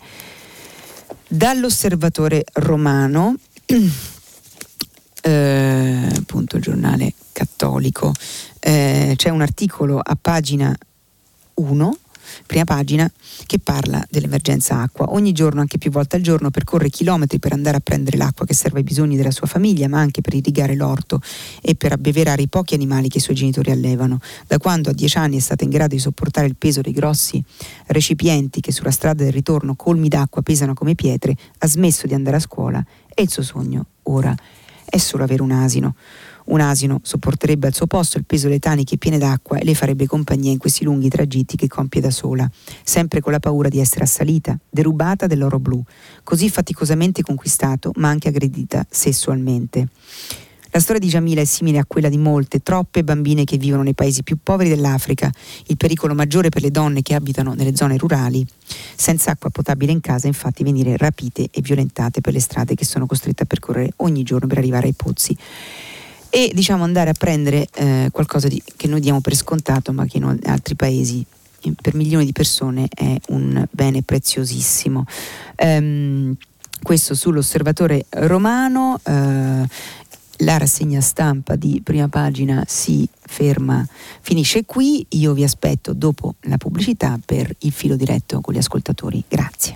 dall'Osservatore Romano, eh, appunto il giornale cattolico. Eh, c'è un articolo a pagina uno, prima pagina, che parla dell'emergenza acqua. Ogni giorno, anche più volte al giorno, percorre chilometri per andare a prendere l'acqua che serve ai bisogni della sua famiglia, ma anche per irrigare l'orto e per abbeverare i pochi animali che i suoi genitori allevano. Da quando a dieci anni è stata in grado di sopportare il peso dei grossi recipienti che sulla strada del ritorno, colmi d'acqua, pesano come pietre, ha smesso di andare a scuola e il suo sogno ora è solo avere un asino. Un asino sopporterebbe al suo posto il peso delle taniche piene d'acqua e le farebbe compagnia in questi lunghi tragitti che compie da sola, sempre con la paura di essere assalita, derubata dell'oro blu, così faticosamente conquistato, ma anche aggredita sessualmente. La storia di Jamila è simile a quella di molte, troppe bambine che vivono nei paesi più poveri dell'Africa. Il pericolo maggiore per le donne che abitano nelle zone rurali, senza acqua potabile in casa, infatti venire rapite e violentate per le strade che sono costrette a percorrere ogni giorno per arrivare ai pozzi. E diciamo andare a prendere eh, qualcosa di, che noi diamo per scontato, ma che in altri paesi per milioni di persone è un bene preziosissimo. Ehm, questo sull'Osservatore Romano. Eh, la rassegna stampa di Prima Pagina si ferma, finisce qui. Io vi aspetto dopo la pubblicità per il filo diretto con gli ascoltatori. Grazie.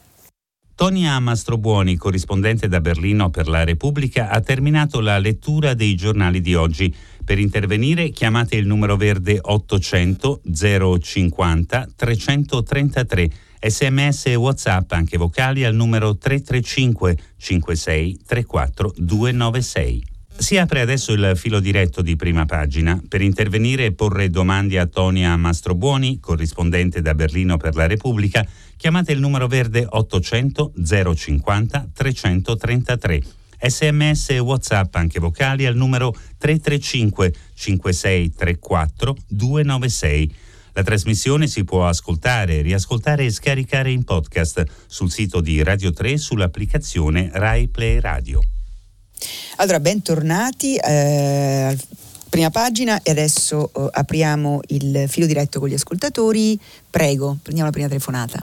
Tonia Mastrobuoni, corrispondente da Berlino per la Repubblica, ha terminato la lettura dei giornali di oggi. Per intervenire chiamate il numero verde ottocento zero cinquanta trecentotrentatré, sms e WhatsApp anche vocali al numero tre tre cinque cinque sei tre quattro due nove sei. Si apre adesso il filo diretto di Prima Pagina. Per intervenire e porre domande a Tonia Mastrobuoni, corrispondente da Berlino per la Repubblica, chiamate il numero verde ottocento zero cinquanta trecentotrentatré. sms e WhatsApp anche vocali al numero tre tre cinque cinque sei tre quattro due nove sei. La trasmissione si può ascoltare, riascoltare e scaricare in podcast sul sito di Radio tre, sull'applicazione Rai Play Radio. Allora, bentornati. Eh, prima pagina e adesso eh, apriamo il filo diretto con gli ascoltatori. Prego, prendiamo la prima telefonata.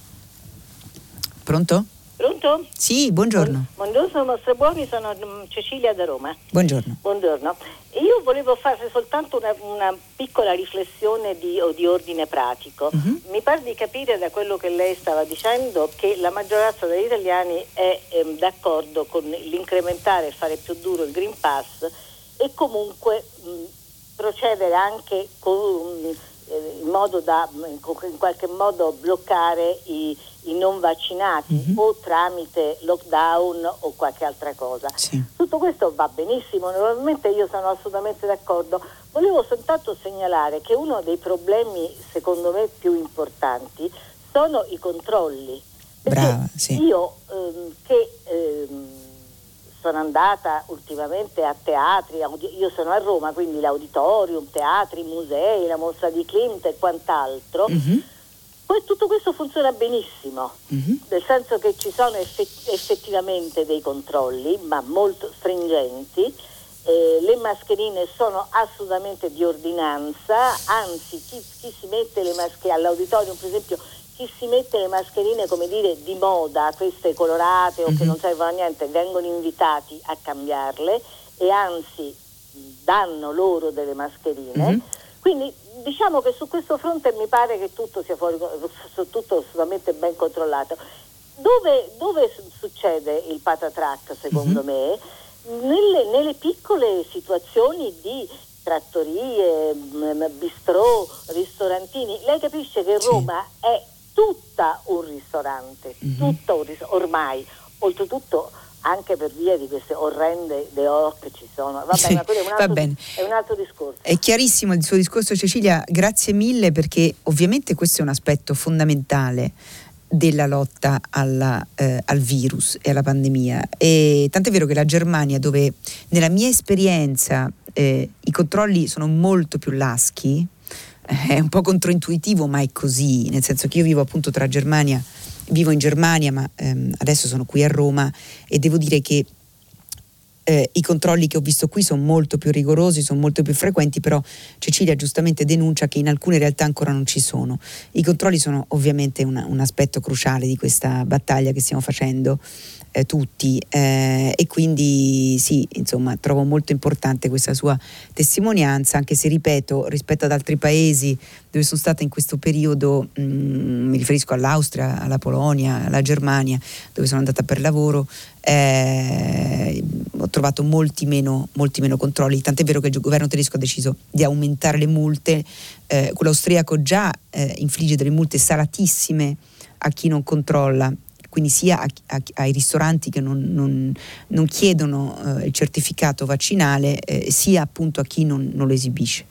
Pronto? Pronto? Sì, buongiorno. Buongiorno, Mastrobuoni, sono Cecilia da Roma. Buongiorno. Buongiorno. Io volevo fare soltanto una, una piccola riflessione di, di ordine pratico. Uh-huh. Mi pare di capire da quello che lei stava dicendo che la maggioranza degli italiani è ehm, d'accordo con l'incrementare e fare più duro il Green Pass e comunque mh, procedere anche con, mh, in modo da in qualche modo bloccare i, i non vaccinati mm-hmm. o tramite lockdown o qualche altra cosa. Sì. Tutto questo va benissimo, normalmente io sono assolutamente d'accordo. Volevo soltanto segnalare che uno dei problemi secondo me più importanti sono i controlli. Brava, sì. Io ehm, che ehm, sono andata ultimamente a teatri, io sono a Roma, quindi l'auditorium, teatri, musei, la mostra di Klimt e quant'altro. Mm-hmm. Poi tutto questo funziona benissimo, mm-hmm. nel senso che ci sono effett- effettivamente dei controlli, ma molto stringenti. Eh, le mascherine sono assolutamente di ordinanza, anzi chi, chi si mette le mascherine all'auditorium, per esempio, chi si mette le mascherine, come dire, di moda, queste colorate o mm-hmm. che non servono a niente, vengono invitati a cambiarle e anzi danno loro delle mascherine. Mm-hmm. Quindi diciamo che su questo fronte mi pare che tutto sia fuori, tutto assolutamente ben controllato. Dove, dove succede il patatrac, secondo mm-hmm. me? Nelle, nelle piccole situazioni di trattorie, bistrò, ristorantini. Lei capisce che Roma sì. è tutta un ristorante, mm-hmm. tutta un ris- ormai, oltretutto anche per via di queste orrende dehors che ci sono. Vabbè, sì, ma quello è un, altro, è un altro discorso. È chiarissimo il suo discorso, Cecilia, grazie mille, perché ovviamente questo è un aspetto fondamentale della lotta alla, eh, al virus e alla pandemia. E tant'è vero che la Germania, dove nella mia esperienza eh, i controlli sono molto più laschi, è un po' controintuitivo, ma è così, nel senso che io vivo appunto tra Germania, vivo in Germania, ma ehm, adesso sono qui a Roma e devo dire che eh, i controlli che ho visto qui sono molto più rigorosi, sono molto più frequenti, però Cecilia giustamente denuncia che in alcune realtà ancora non ci sono. I controlli sono ovviamente una, un aspetto cruciale di questa battaglia che stiamo facendo eh, tutti eh, e quindi sì, insomma, trovo molto importante questa sua testimonianza, anche se ripeto, rispetto ad altri paesi dove sono stata in questo periodo, mh, mi riferisco all'Austria, alla Polonia, alla Germania, dove sono andata per lavoro, eh, ho trovato molti meno, molti meno controlli, tant'è vero che il governo tedesco ha deciso di aumentare le multe, eh, quello austriaco già eh, infligge delle multe salatissime a chi non controlla, quindi sia a, a, ai ristoranti che non, non, non chiedono eh, il certificato vaccinale, eh, sia appunto a chi non, non lo esibisce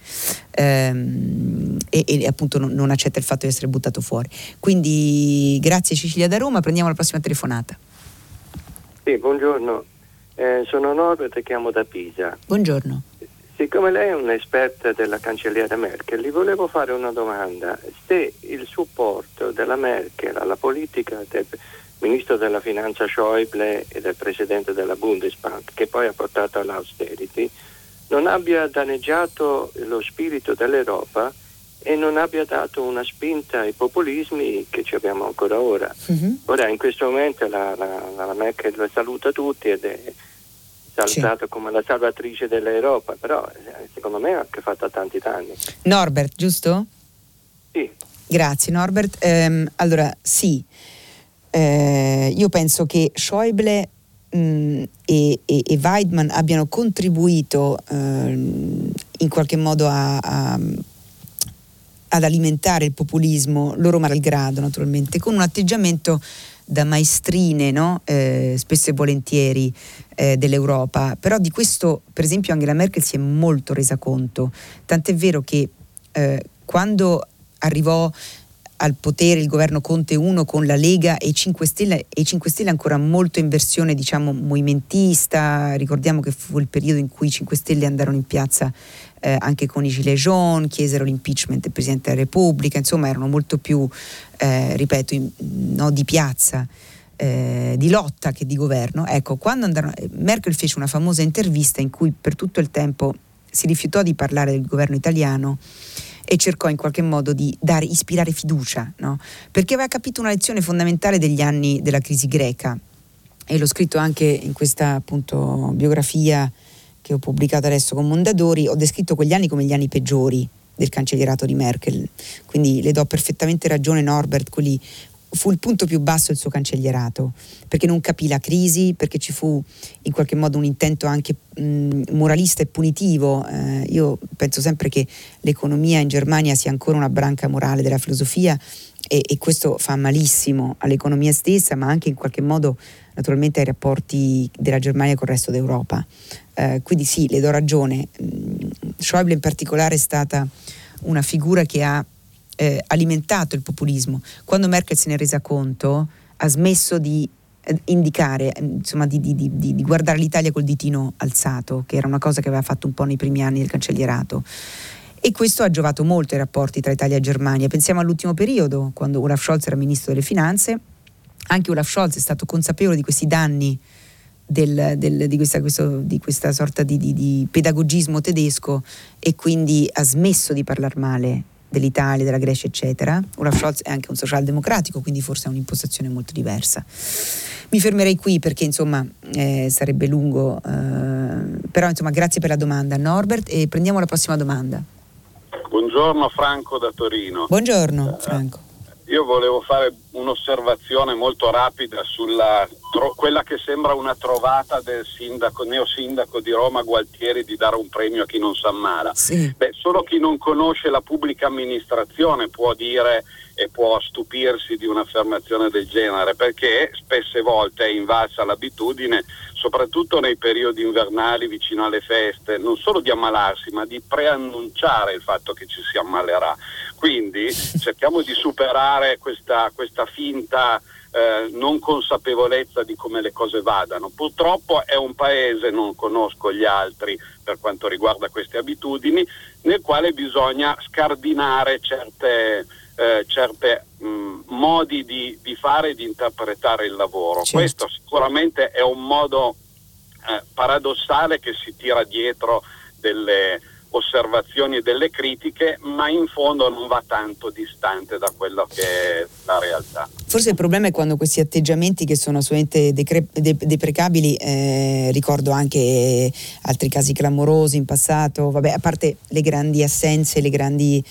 ehm, e, e appunto non, non accetta il fatto di essere buttato fuori. Quindi grazie Cecilia da Roma, prendiamo la prossima telefonata. Sì, buongiorno, eh, sono Norbert e chiamo da Pisa. Buongiorno. Siccome lei è un'esperta della cancelliera Merkel, gli volevo fare una domanda. Se il supporto della Merkel alla politica del ministro della finanza Schäuble e del presidente della Bundesbank, che poi ha portato all'austerity, non abbia danneggiato lo spirito dell'Europa e non abbia dato una spinta ai populismi che ci abbiamo ancora ora. Mm-hmm. Ora in questo momento la, la, la Merkel saluta tutti ed è salutata sì. come la salvatrice dell'Europa, però secondo me ha fatto tanti danni. Norbert, giusto? Sì. Grazie Norbert. Ehm, allora sì, eh, io penso che Schäuble mh, e, e, e Weidmann abbiano contribuito eh, in qualche modo a, a ad alimentare il populismo, loro malgrado naturalmente, con un atteggiamento da maestrine, no? eh, spesso e volentieri eh, dell'Europa, però di questo per esempio Angela Merkel si è molto resa conto, tant'è vero che eh, quando arrivò al potere il governo Conte uno con la Lega e i cinque Stelle, e i cinque Stelle ancora molto in versione diciamo movimentista, ricordiamo che fu il periodo in cui i cinque Stelle andarono in piazza eh, anche con i Gilets jaunes, chiesero l'impeachment del Presidente della Repubblica, insomma erano molto più, eh, ripeto, in, no, di piazza. eh, di lotta che di governo. Ecco, quando andarono, Merkel fece una famosa intervista in cui per tutto il tempo si rifiutò di parlare del governo italiano e cercò in qualche modo di dare, ispirare fiducia, no? Perché aveva capito una lezione fondamentale degli anni della crisi greca, e l'ho scritto anche in questa appunto biografia che ho pubblicato adesso con Mondadori. Ho descritto quegli anni come gli anni peggiori del cancellierato di Merkel, quindi le do perfettamente ragione, Norbert, quelli fu il punto più basso del suo cancellierato, perché non capì la crisi, perché ci fu in qualche modo un intento anche mh, moralista e punitivo. Eh, io penso sempre che l'economia in Germania sia ancora una branca morale della filosofia, e, e questo fa malissimo all'economia stessa, ma anche in qualche modo naturalmente ai rapporti della Germania con il resto d'Europa. Eh, quindi sì, le do ragione. Schäuble in particolare è stata una figura che ha eh, alimentato il populismo. Quando Merkel se ne è resa conto, ha smesso di eh, indicare, insomma di, di, di, di guardare l'Italia col ditino alzato, che era una cosa che aveva fatto un po' nei primi anni del cancellierato. E questo ha giovato molto ai rapporti tra Italia e Germania. Pensiamo all'ultimo periodo, quando Olaf Scholz era ministro delle finanze. Anche Olaf Scholz è stato consapevole di questi danni del, del, di, questa, questo, di questa sorta di, di, di pedagogismo tedesco, e quindi ha smesso di parlare male dell'Italia, della Grecia, eccetera. Olaf Scholz è anche un socialdemocratico, quindi forse ha un'impostazione molto diversa. Mi fermerei qui perché insomma eh, sarebbe lungo, eh, però insomma grazie per la domanda, Norbert, e prendiamo la prossima domanda. Buongiorno, Franco da Torino. Buongiorno Franco. Io volevo fare un'osservazione molto rapida sulla tro- quella che sembra una trovata del sindaco, neosindaco di Roma Gualtieri, di dare un premio a chi non s'ammala. Sì. Beh, solo chi non conosce la pubblica amministrazione può dire e può stupirsi di un'affermazione del genere, perché spesse volte è invalsa l'abitudine, soprattutto nei periodi invernali vicino alle feste, non solo di ammalarsi, ma di preannunciare il fatto che ci si ammalerà. Quindi cerchiamo di superare questa, questa finta eh, non consapevolezza di come le cose vadano. Purtroppo è un paese, non conosco gli altri per quanto riguarda queste abitudini, nel quale bisogna scardinare certe, eh, certe mh, modi di, di fare e di interpretare il lavoro. Certo. Questo sicuramente è un modo eh, paradossale che si tira dietro delle osservazioni e delle critiche, ma in fondo non va tanto distante da quello che è la realtà. Forse il problema è quando questi atteggiamenti, che sono assolutamente decre- de- deprecabili, eh, ricordo anche altri casi clamorosi in passato, vabbè, a parte le grandi assenze, le grandi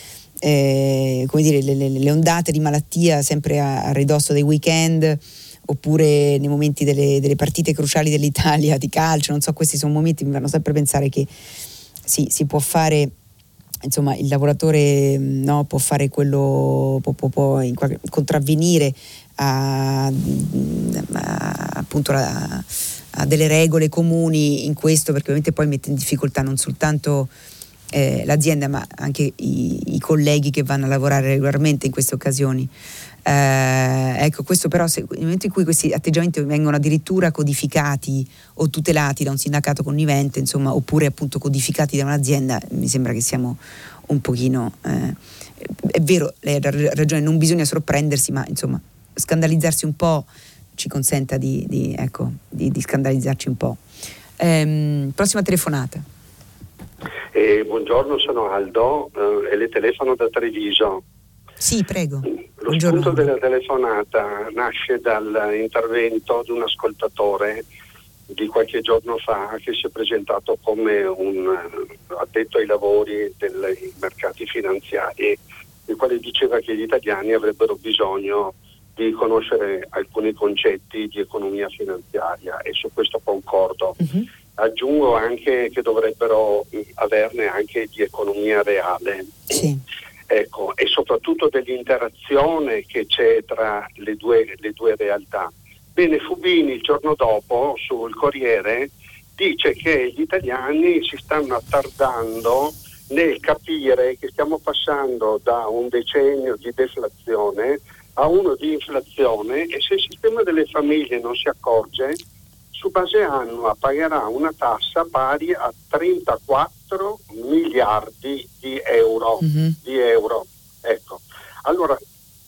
eh, come dire, le, le, le ondate di malattia sempre a, a ridosso dei weekend, oppure nei momenti delle, delle partite cruciali dell'Italia di calcio, non so, questi sono momenti che mi fanno sempre pensare che sì, si può fare, insomma, il lavoratore no, può fare quello, può, può, può in qualche, contravvenire a, a appunto a, a delle regole comuni in questo, perché ovviamente poi mette in difficoltà non soltanto eh, l'azienda, ma anche i, i colleghi che vanno a lavorare regolarmente in queste occasioni. Eh, ecco, questo però, se, nel momento in cui questi atteggiamenti vengono addirittura codificati o tutelati da un sindacato connivente, insomma, oppure appunto codificati da un'azienda, mi sembra che siamo un pochino eh, è vero, lei ha ragione, non bisogna sorprendersi, ma insomma scandalizzarsi un po' ci consenta di, di, ecco, di, di scandalizzarci un po'. Ehm, prossima telefonata. Eh, buongiorno, sono Aldo eh, e le telefono da Treviso. Sì, prego. Lo Buongiorno. spunto della telefonata nasce dall'intervento di un ascoltatore di qualche giorno fa che si è presentato come un addetto ai lavori dei mercati finanziari, il quale diceva che gli italiani avrebbero bisogno di conoscere alcuni concetti di economia finanziaria, e su questo concordo. Uh-huh. Aggiungo anche che dovrebbero averne anche di economia reale. Sì. Ecco, e soprattutto dell'interazione che c'è tra le due, le due realtà. Bene, Fubini il giorno dopo sul Corriere dice che gli italiani si stanno attardando nel capire che stiamo passando da un decennio di deflazione a uno di inflazione, e se il sistema delle famiglie non si accorge, su base annua pagherà una tassa pari a trentaquattro miliardi di euro. Mm-hmm. Di euro. Ecco. Allora,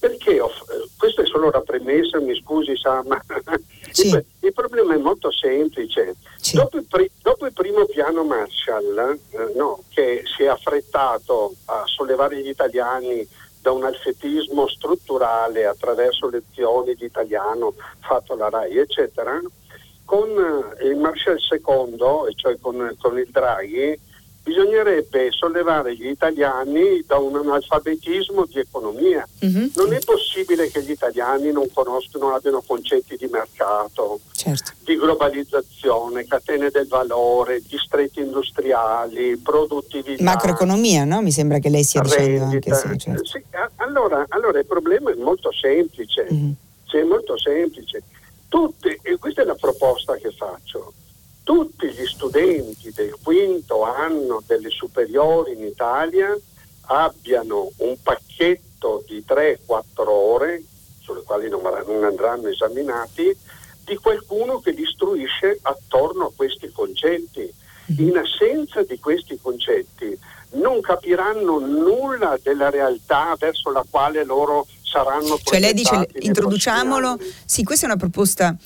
perché ho, questa è solo la premessa, mi scusi Sam, ma sì. il, il problema è molto semplice. Sì. Dopo, il pri, dopo il primo piano Marshall, eh, no, che si è affrettato a sollevare gli italiani da un alfetismo strutturale attraverso lezioni di italiano fatto alla RAI, eccetera, con eh, il Marshall secondo, e cioè con, con il Draghi, bisognerebbe sollevare gli italiani da un analfabetismo di economia. Mm-hmm. Non è possibile che gli italiani non conoscano, non abbiano concetti di mercato, certo. di globalizzazione, catene del valore, distretti industriali, produttività. Macroeconomia, no? Mi sembra che lei stia dicendo rendita. Anche se, certo. Sì, allora, allora il problema è molto semplice, mm-hmm. cioè, è molto semplice. Tutte, e questa è la proposta che faccio, tutti gli studenti del quinto anno delle superiori in Italia abbiano un pacchetto di tre quattro ore, sulle quali non, non andranno esaminati, di qualcuno che li istruisce attorno a questi concetti. In assenza di questi concetti non capiranno nulla della realtà verso la quale loro saranno proiettati. Cioè lei dice introduciamolo, sì, questa è una proposta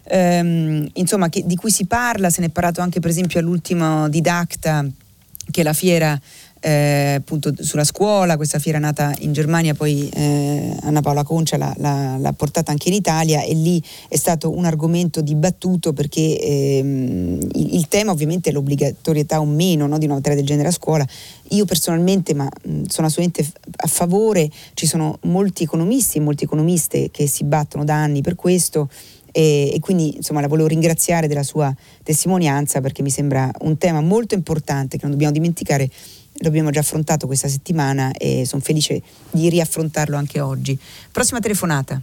ehm, insomma che, di cui si parla, se ne è parlato anche per esempio all'ultimo Didacta, che è la fiera eh, appunto sulla scuola, questa fiera nata in Germania, poi eh, Anna Paola Concia l'ha, l'ha, l'ha portata anche in Italia, e lì è stato un argomento dibattuto perché ehm, il, il tema ovviamente è l'obbligatorietà o meno, no, di una materia del genere a scuola. Io personalmente ma mh, sono assolutamente a favore, ci sono molti economisti e molte economiste che si battono da anni per questo, e, e quindi insomma la volevo ringraziare della sua testimonianza, perché mi sembra un tema molto importante che non dobbiamo dimenticare. L'abbiamo già affrontato questa settimana e sono felice di riaffrontarlo anche oggi. Prossima telefonata.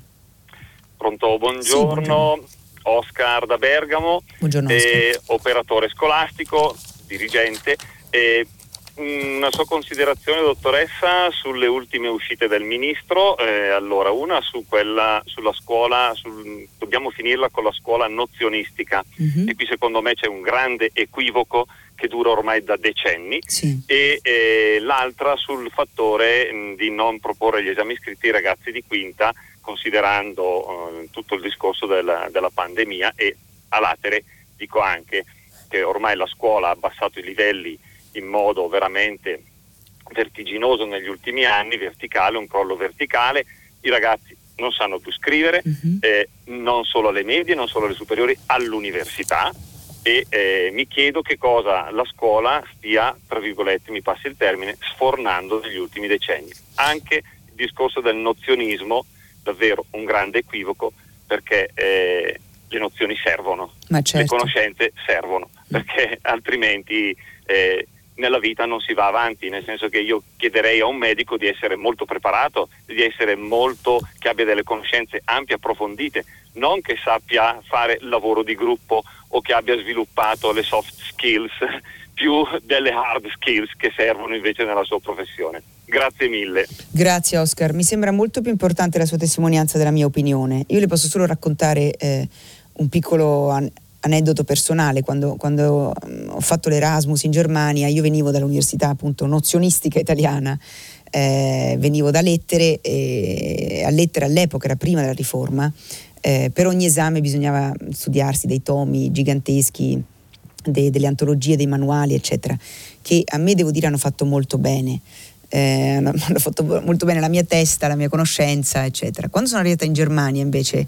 Pronto, buongiorno, sì, buongiorno. Oscar da Bergamo, buongiorno, eh, operatore scolastico, dirigente. Eh, una sua considerazione, dottoressa, sulle ultime uscite del ministro. Eh, allora, una su quella sulla scuola, sul, dobbiamo finirla con la scuola nozionistica, mm-hmm. e qui secondo me c'è un grande equivoco che dura ormai da decenni, sì. e eh, l'altra sul fattore mh, di non proporre gli esami scritti ai ragazzi di quinta, considerando eh, tutto il discorso della, della pandemia. E a latere dico anche che ormai la scuola ha abbassato i livelli in modo veramente vertiginoso negli ultimi anni, verticale, un crollo verticale, i ragazzi non sanno più scrivere, uh-huh. eh, non solo alle medie, non solo alle superiori, all'università. E eh, mi chiedo che cosa la scuola stia, tra virgolette, mi passi il termine, sfornando negli ultimi decenni. Anche il discorso del nozionismo, davvero un grande equivoco, perché eh, le nozioni servono, ma certo. le conoscenze servono, perché altrimenti eh, nella vita non si va avanti, nel senso che io chiederei a un medico di essere molto preparato, di essere molto, che abbia delle conoscenze ampie, approfondite, non che sappia fare lavoro di gruppo o che abbia sviluppato le soft skills più delle hard skills che servono invece nella sua professione. Grazie mille. Grazie Oscar, mi sembra molto più importante la sua testimonianza della mia opinione. Io le posso solo raccontare eh, un piccolo an- aneddoto personale. Quando, quando um, ho fatto l'Erasmus in Germania, io venivo dall'università appunto nozionistica italiana, eh, venivo da Lettere, e a Lettere all'epoca era prima della riforma. Eh, per ogni esame bisognava studiarsi dei tomi giganteschi, de, delle antologie, dei manuali, eccetera, che a me, devo dire, hanno fatto molto bene. Eh, hanno fatto molto bene la mia testa, la mia conoscenza, eccetera. Quando sono arrivata in Germania, invece,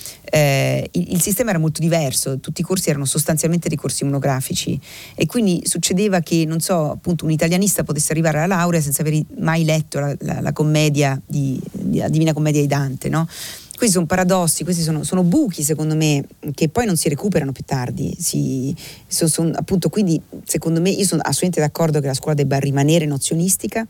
eh, il, il sistema era molto diverso, tutti i corsi erano sostanzialmente dei corsi monografici, e quindi succedeva che, non so, appunto un italianista potesse arrivare alla laurea senza aver mai letto la, la, la commedia di, di la Divina Commedia di Dante, no? Questi sono paradossi, questi sono, sono buchi, secondo me, che poi non si recuperano più tardi. Si, sono, sono, appunto, quindi, secondo me, io sono assolutamente d'accordo che la scuola debba rimanere nozionistica,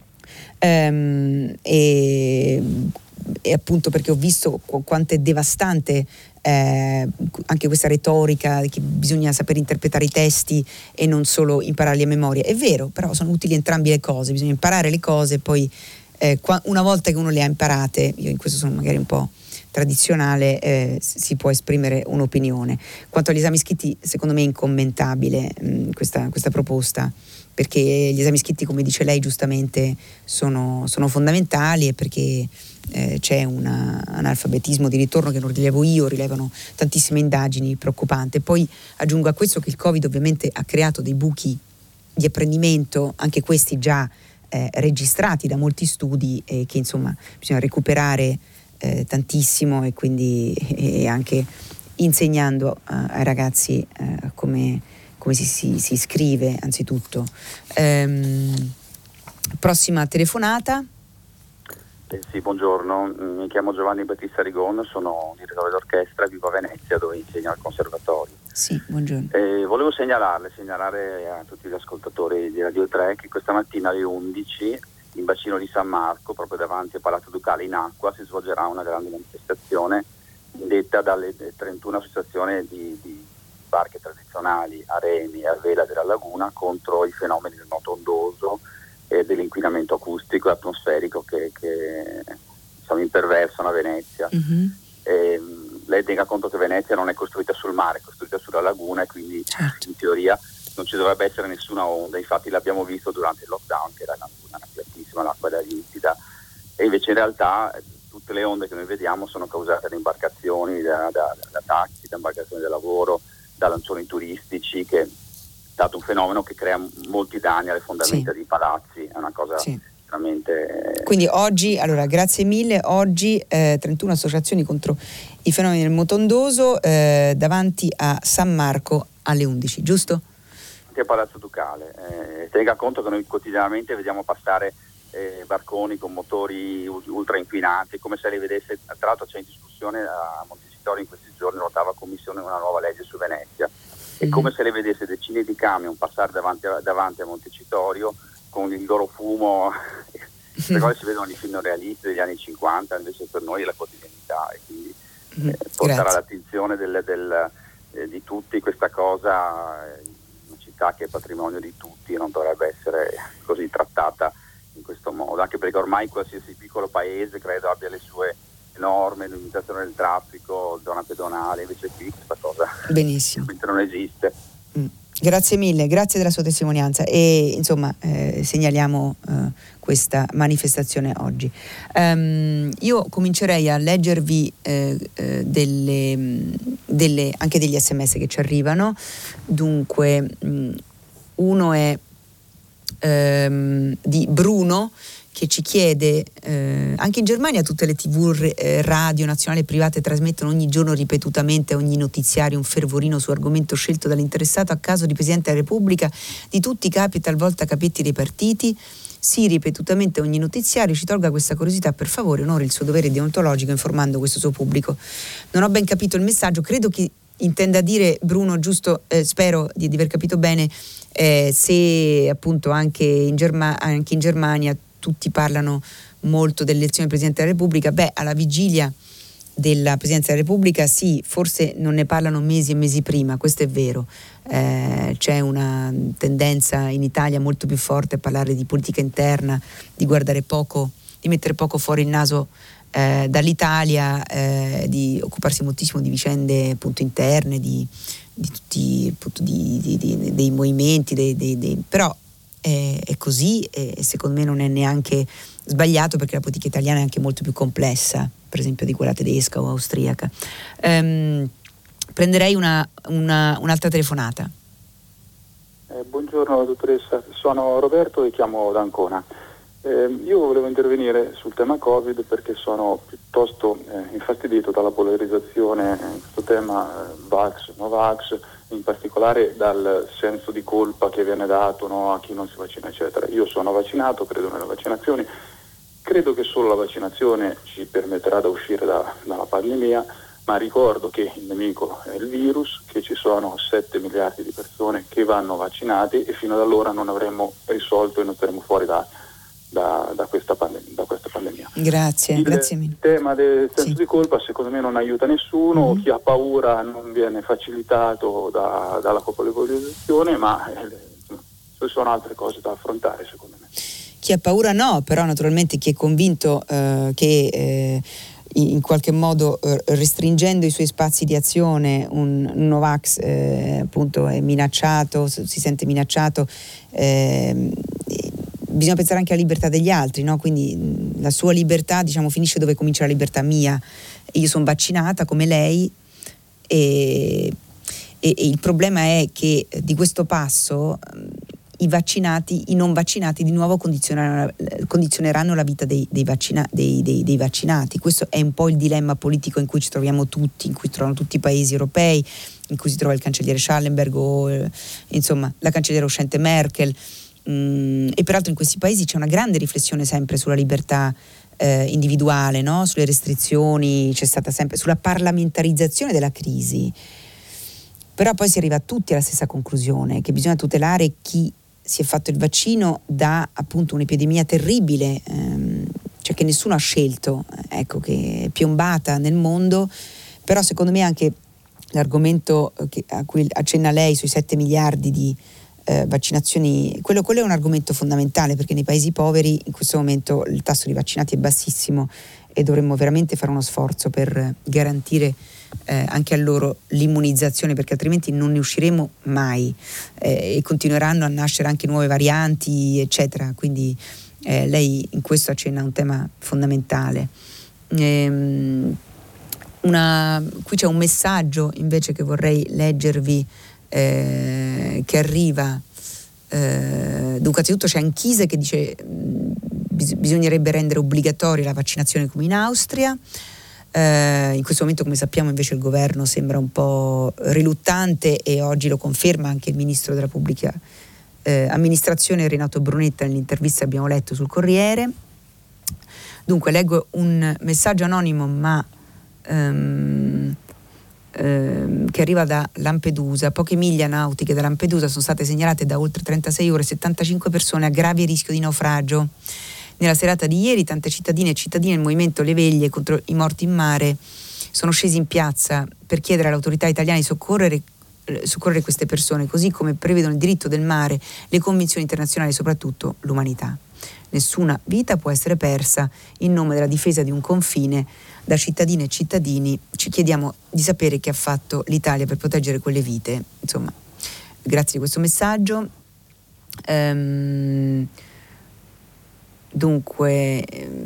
ehm, e, e appunto perché ho visto qu- quanto è devastante eh, anche questa retorica che bisogna sapere interpretare i testi e non solo impararli a memoria. È vero, però sono utili entrambe le cose, bisogna imparare le cose e poi Eh, una volta che uno le ha imparate, io in questo sono magari un po' tradizionale, eh, si può esprimere un'opinione. Quanto agli esami scritti, secondo me è incommentabile mh, questa, questa proposta, perché gli esami scritti, come dice lei giustamente, sono, sono fondamentali, e perché eh, c'è un analfabetismo di ritorno che non rilevo io, rilevano tantissime indagini, preoccupante. Poi aggiungo a questo che il Covid ovviamente ha creato dei buchi di apprendimento, anche questi già eh, registrati da molti studi, e che insomma bisogna recuperare eh, tantissimo, e quindi e anche insegnando uh, ai ragazzi uh, come, come si, si, si scrive anzitutto. Um, prossima telefonata. Eh sì, buongiorno, mi chiamo Giovanni Battista Rigon, sono direttore d'orchestra, vivo a Venezia dove insegno al conservatorio. Sì, buongiorno. Eh, volevo segnalarle, segnalare a tutti gli ascoltatori di Radio tre che questa mattina alle undici in bacino di San Marco, proprio davanti al Palazzo Ducale in acqua, si svolgerà una grande manifestazione indetta dalle trentuno associazioni di, di barche tradizionali, a remi e a vela della laguna, contro i fenomeni del moto ondoso e dell'inquinamento acustico e atmosferico che, che diciamo, imperversano a Venezia. Mm-hmm. E, lei tenga conto che Venezia non è costruita sul mare, è costruita sulla laguna, e quindi certo, in teoria non ci dovrebbe essere nessuna onda. Infatti l'abbiamo visto durante il lockdown, che era una laguna piattissima, l'acqua era limpida, e invece in realtà tutte le onde che noi vediamo sono causate da imbarcazioni, da, da, da taxi, da imbarcazioni da lavoro, da lancioni turistici, che è stato un fenomeno che crea molti danni alle fondamenta sì. dei palazzi. È una cosa sì. veramente... Quindi oggi, allora grazie mille, oggi eh, trentuno associazioni contro i fenomeni del moto ondoso eh, davanti a San Marco alle undici, giusto? Anche a Palazzo Ducale. Eh, tenga conto che noi quotidianamente vediamo passare Eh, barconi con motori ultra inquinanti, come se li vedesse. Tra l'altro c'è in discussione a Montecitorio in questi giorni, l'ottava commissione, una nuova legge su Venezia, mm-hmm. e come se le vedesse decine di camion passare davanti a, davanti a Montecitorio con il loro fumo. Queste cose si vedono nei film realisti degli anni cinquanta, invece per noi è la quotidianità, e quindi eh, portare all'attenzione del, del, eh, di tutti questa cosa, eh, una città che è patrimonio di tutti non dovrebbe essere così trattata in questo modo, anche perché ormai qualsiasi piccolo paese credo abbia le sue norme, limitazione del traffico, zona pedonale, invece qui questa cosa benissimo non esiste. Mm. Grazie mille, grazie della sua testimonianza, e insomma eh, segnaliamo eh, questa manifestazione oggi. Um, io comincerei a leggervi eh, eh, delle, delle, anche degli sms che ci arrivano. Dunque mh, uno è Ehm, di Bruno, che ci chiede eh, anche in Germania tutte le tv eh, radio nazionali e private trasmettono ogni giorno ripetutamente ogni notiziario un fervorino su argomento scelto dall'interessato a caso di Presidente della Repubblica, di tutti i capi, talvolta capetti dei partiti. Sì, ripetutamente ogni notiziario. Ci tolga questa curiosità, per favore, onori il suo dovere deontologico informando questo suo pubblico. Non ho ben capito il messaggio, credo che intenda dire, Bruno, giusto, eh, spero di, di aver capito bene, eh, se appunto anche in, Germa- anche in Germania tutti parlano molto dell'elezione del Presidente della Repubblica. Beh, alla vigilia della Presidenza della Repubblica sì, forse non ne parlano mesi e mesi prima, questo è vero. Eh, c'è una tendenza in Italia molto più forte a parlare di politica interna, di guardare poco, di mettere poco fuori il naso eh, dall'Italia, eh, di occuparsi moltissimo di vicende appunto interne, di, di tutti appunto, di, di, di, dei movimenti, dei, dei, dei, però è, è così, e secondo me non è neanche sbagliato, perché la politica italiana è anche molto più complessa, per esempio, di quella tedesca o austriaca. Um, prenderei una, una, un'altra telefonata. Eh, buongiorno dottoressa, sono Roberto e chiamo da Ancona. Eh, io volevo intervenire sul tema Covid perché sono piuttosto eh, infastidito dalla polarizzazione in questo tema eh, Vax, no Vax, in particolare dal senso di colpa che viene dato, no, a chi non si vaccina eccetera. Io sono vaccinato, credo nelle vaccinazioni, credo che solo la vaccinazione ci permetterà di uscire da, dalla pandemia, ma ricordo che il nemico è il virus, che ci sono sette miliardi di persone che vanno vaccinati e fino ad allora non avremmo risolto e non saremo fuori da, da, da, questa, pandem- da questa pandemia. Grazie, il grazie mille. Il tema del senso sì. di colpa secondo me non aiuta nessuno, mm-hmm. Chi ha paura non viene facilitato da, dalla colpevolizzazione, ma eh, ci sono altre cose da affrontare secondo me. Chi ha paura no, però naturalmente chi è convinto eh, che eh, in qualche modo eh, restringendo i suoi spazi di azione, un, un Novax eh, appunto è minacciato, si sente minacciato, eh, bisogna pensare anche alla libertà degli altri, no? Quindi la sua libertà, diciamo, finisce dove comincia la libertà mia. Io sono vaccinata come lei e, e, e il problema è che di questo passo i vaccinati, i non vaccinati di nuovo condizioneranno, condizioneranno la vita dei, dei, vaccina, dei, dei, dei vaccinati. Questo è un po' il dilemma politico in cui ci troviamo tutti, in cui trovano tutti i paesi europei, in cui si trova il cancelliere Schallenberg o eh, insomma la cancelliera uscente Merkel. Mm, e peraltro in questi paesi c'è una grande riflessione sempre sulla libertà eh, individuale, no? Sulle restrizioni, c'è stata sempre sulla parlamentarizzazione della crisi. Però poi si arriva tutti alla stessa conclusione, che bisogna tutelare chi si è fatto il vaccino da appunto un'epidemia terribile, ehm, cioè che nessuno ha scelto, ecco, che è piombata nel mondo. Però secondo me anche l'argomento che, a cui accenna lei sui sette miliardi di eh, vaccinazioni, quello, quello è un argomento fondamentale, perché nei paesi poveri in questo momento il tasso di vaccinati è bassissimo e dovremmo veramente fare uno sforzo per garantire Eh, anche a loro l'immunizzazione, perché altrimenti non ne usciremo mai eh, e continueranno a nascere anche nuove varianti eccetera. Quindi eh, lei in questo accenna a un tema fondamentale. Ehm, una, qui c'è un messaggio invece che vorrei leggervi eh, che arriva eh, dunque anzitutto c'è Anchise che dice bis- bisognerebbe rendere obbligatoria la vaccinazione come in Austria. Uh, in questo momento, come sappiamo, invece il governo sembra un po' riluttante e oggi lo conferma anche il ministro della pubblica uh, amministrazione Renato Brunetta nell'intervista che abbiamo letto sul Corriere. Dunque leggo un messaggio anonimo ma um, um, che arriva da Lampedusa. Poche miglia nautiche da Lampedusa sono state segnalate da oltre trentasei ore settantacinque persone a grave rischio di naufragio. Nella serata di ieri tante cittadine e cittadini del movimento Le Veglie contro i morti in mare sono scesi in piazza per chiedere alle autorità italiane di soccorrere, eh, soccorrere queste persone, così come prevedono il diritto del mare, le convenzioni internazionali e soprattutto l'umanità. Nessuna vita può essere persa in nome della difesa di un confine. Da cittadine e cittadini ci chiediamo di sapere che ha fatto l'Italia per proteggere quelle vite. Insomma, grazie di questo messaggio. Ehm... Dunque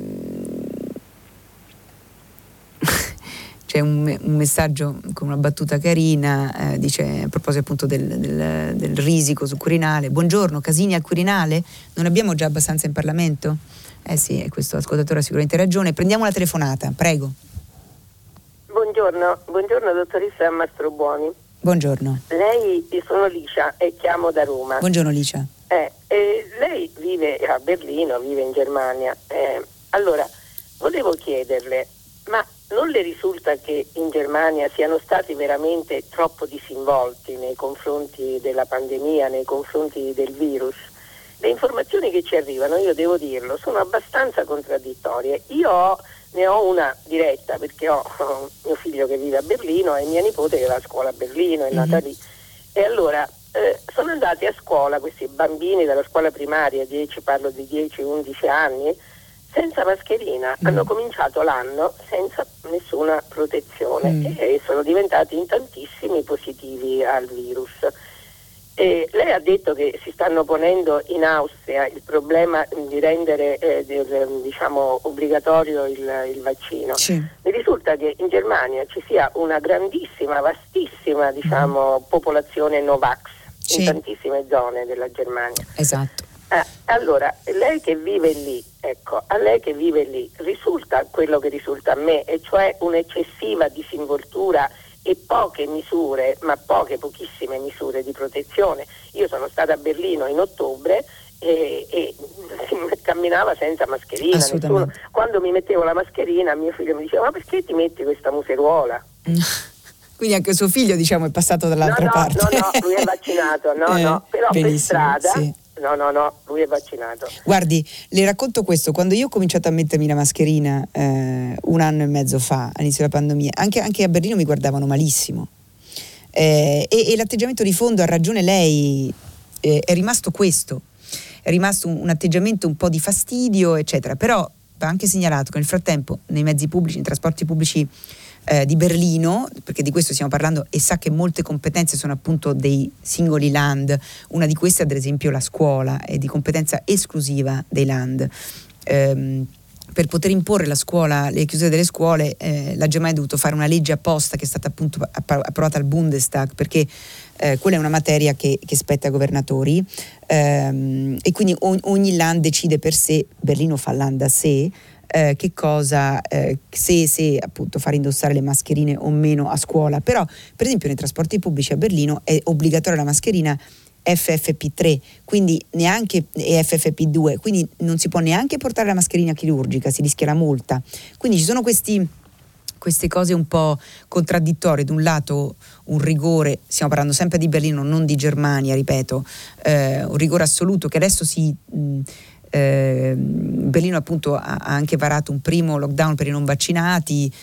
c'è un, un messaggio con una battuta carina, eh, dice a proposito appunto del, del, del risico sul Quirinale: buongiorno, casini al Quirinale? Non abbiamo già abbastanza in Parlamento? Eh sì, questo ascoltatore ha sicuramente ragione. Prendiamo la telefonata, prego. Buongiorno, buongiorno dottoressa Mastrobuoni. Buongiorno. Lei, sono Licia e chiamo da Roma. Buongiorno Licia. Eh, eh, lei vive a Berlino, vive in Germania. Eh, allora, volevo chiederle, ma non le risulta che in Germania siano stati veramente troppo disinvolti nei confronti della pandemia, nei confronti del virus? Le informazioni che ci arrivano, io devo dirlo, sono abbastanza contraddittorie. Io ho, ne ho una diretta perché ho mio figlio che vive a Berlino e mia nipote che va a scuola a Berlino, è nata mm-hmm. lì. E allora eh, sono andati a scuola questi bambini dalla scuola primaria, dieci, parlo di dieci undici anni, senza mascherina. Mm. Hanno cominciato l'anno senza nessuna protezione mm. e sono diventati in tantissimi positivi al virus. E lei ha detto che si stanno ponendo in Austria il problema di rendere eh, del, diciamo obbligatorio il, il vaccino. Sì. Mi risulta che in Germania ci sia una grandissima, vastissima diciamo mm. popolazione Novax sì. in tantissime zone della Germania. Esatto. Eh, allora, lei che vive lì, ecco, a lei che vive lì risulta quello che risulta a me, e cioè un'eccessiva disinvoltura e poche misure, ma poche, pochissime misure di protezione. Io sono stata a Berlino in ottobre e, e si camminava senza mascherina. Nessuno, quando mi mettevo la mascherina mio figlio mi diceva: ma perché ti metti questa museruola? Quindi anche suo figlio, diciamo, è passato dall'altra no, no, parte. No, no, lui è vaccinato, no, eh, no, però per strada... Sì. No, no, no, lui è vaccinato. Guardi, le racconto questo: quando io ho cominciato a mettermi la mascherina eh, un anno e mezzo fa, all'inizio della pandemia, anche, anche a Berlino mi guardavano malissimo. Eh, e, e l'atteggiamento di fondo, ha ragione lei, eh, è rimasto questo, è rimasto un, un atteggiamento un po' di fastidio, eccetera. Però va anche segnalato che nel frattempo nei mezzi pubblici, nei trasporti pubblici eh, di Berlino, perché di questo stiamo parlando, e sa che molte competenze sono appunto dei singoli Land, una di queste ad esempio la scuola è di competenza esclusiva dei Land. Ehm, per poter imporre la scuola, le chiusure delle scuole, eh, la Germania ha dovuto fare una legge apposta che è stata appunto approvata al Bundestag, perché eh, quella è una materia che, che spetta ai governatori, ehm, e quindi ogni, ogni Land decide per sé, Berlino fa Land a sé, eh, che cosa, eh, se, se appunto far indossare le mascherine o meno a scuola. Però per esempio nei trasporti pubblici a Berlino è obbligatoria la mascherina F F P tre, quindi neanche, e F F P due, quindi non si può neanche portare la mascherina chirurgica, si rischia la multa. Quindi ci sono questi, queste cose un po' contraddittorie. Da un lato un rigore, stiamo parlando sempre di Berlino, non di Germania, ripeto, eh, un rigore assoluto che adesso si... Mh, eh, Berlino appunto ha, ha anche varato un primo lockdown per i non vaccinati,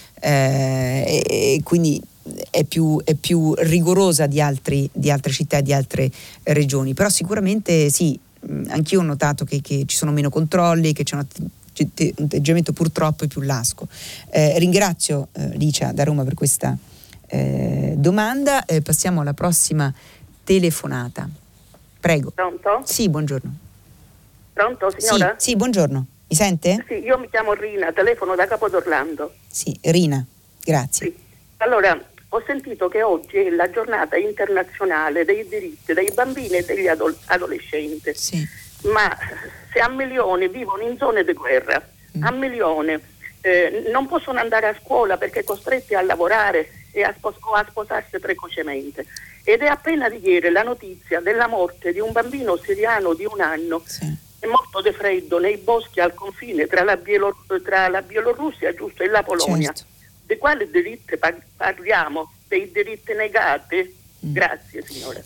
eh, e, e quindi È più, è più rigorosa di, altri, di altre città e di altre regioni. Però sicuramente sì, anch'io ho notato che, che ci sono meno controlli, che c'è un atteggiamento purtroppo più lasco. Eh, ringrazio eh, Licia da Roma per questa eh, domanda. Eh, passiamo alla prossima telefonata. Prego. Pronto? Sì, buongiorno. Pronto, signora? Sì, sì, buongiorno. Mi sente? Sì, io mi chiamo Rina, telefono da Capodorlando. Sì, Rina, grazie. Sì. Allora, ho sentito che oggi è la giornata internazionale dei diritti dei bambini e degli adol- adolescenti. Sì. Ma se a milioni vivono in zone di guerra, mm. a milioni eh, non possono andare a scuola perché costretti a lavorare e a spos- o a sposarsi precocemente. Ed è appena di ieri la notizia della morte di un bambino siriano di un anno, sì. è morto di freddo nei boschi al confine tra la, Bielor- tra la Bielorussia, giusto, e la Polonia. Certo. Di quali diritti parliamo? Dei diritti negati? Mm. Grazie signora.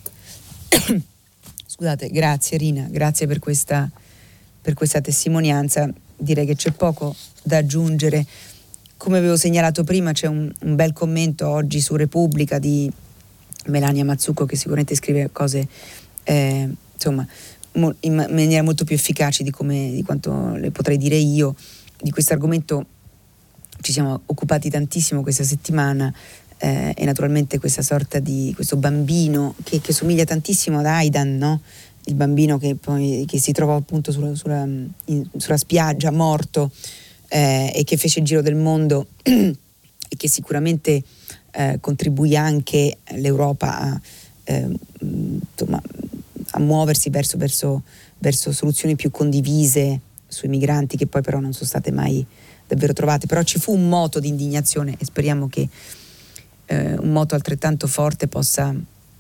Scusate, grazie Rina, grazie per questa, per questa testimonianza. Direi che c'è poco da aggiungere. Come avevo segnalato prima, c'è un, un bel commento oggi su Repubblica di Melania Mazzucco, che sicuramente scrive cose eh, insomma mo, in maniera molto più efficaci di, come, di quanto le potrei dire io. Di questo argomento ci siamo occupati tantissimo questa settimana, eh, e naturalmente questa sorta di questo bambino che, che somiglia tantissimo ad Aidan, no? Il bambino che poi che si trovò appunto sulla, sulla, in, sulla spiaggia morto, eh, e che fece il giro del mondo e che sicuramente eh, contribuì anche l'Europa a, eh, insomma, a muoversi verso, verso, verso soluzioni più condivise sui migranti, che poi però non sono state mai davvero trovate. Però ci fu un moto di indignazione e speriamo che eh, un moto altrettanto forte possa,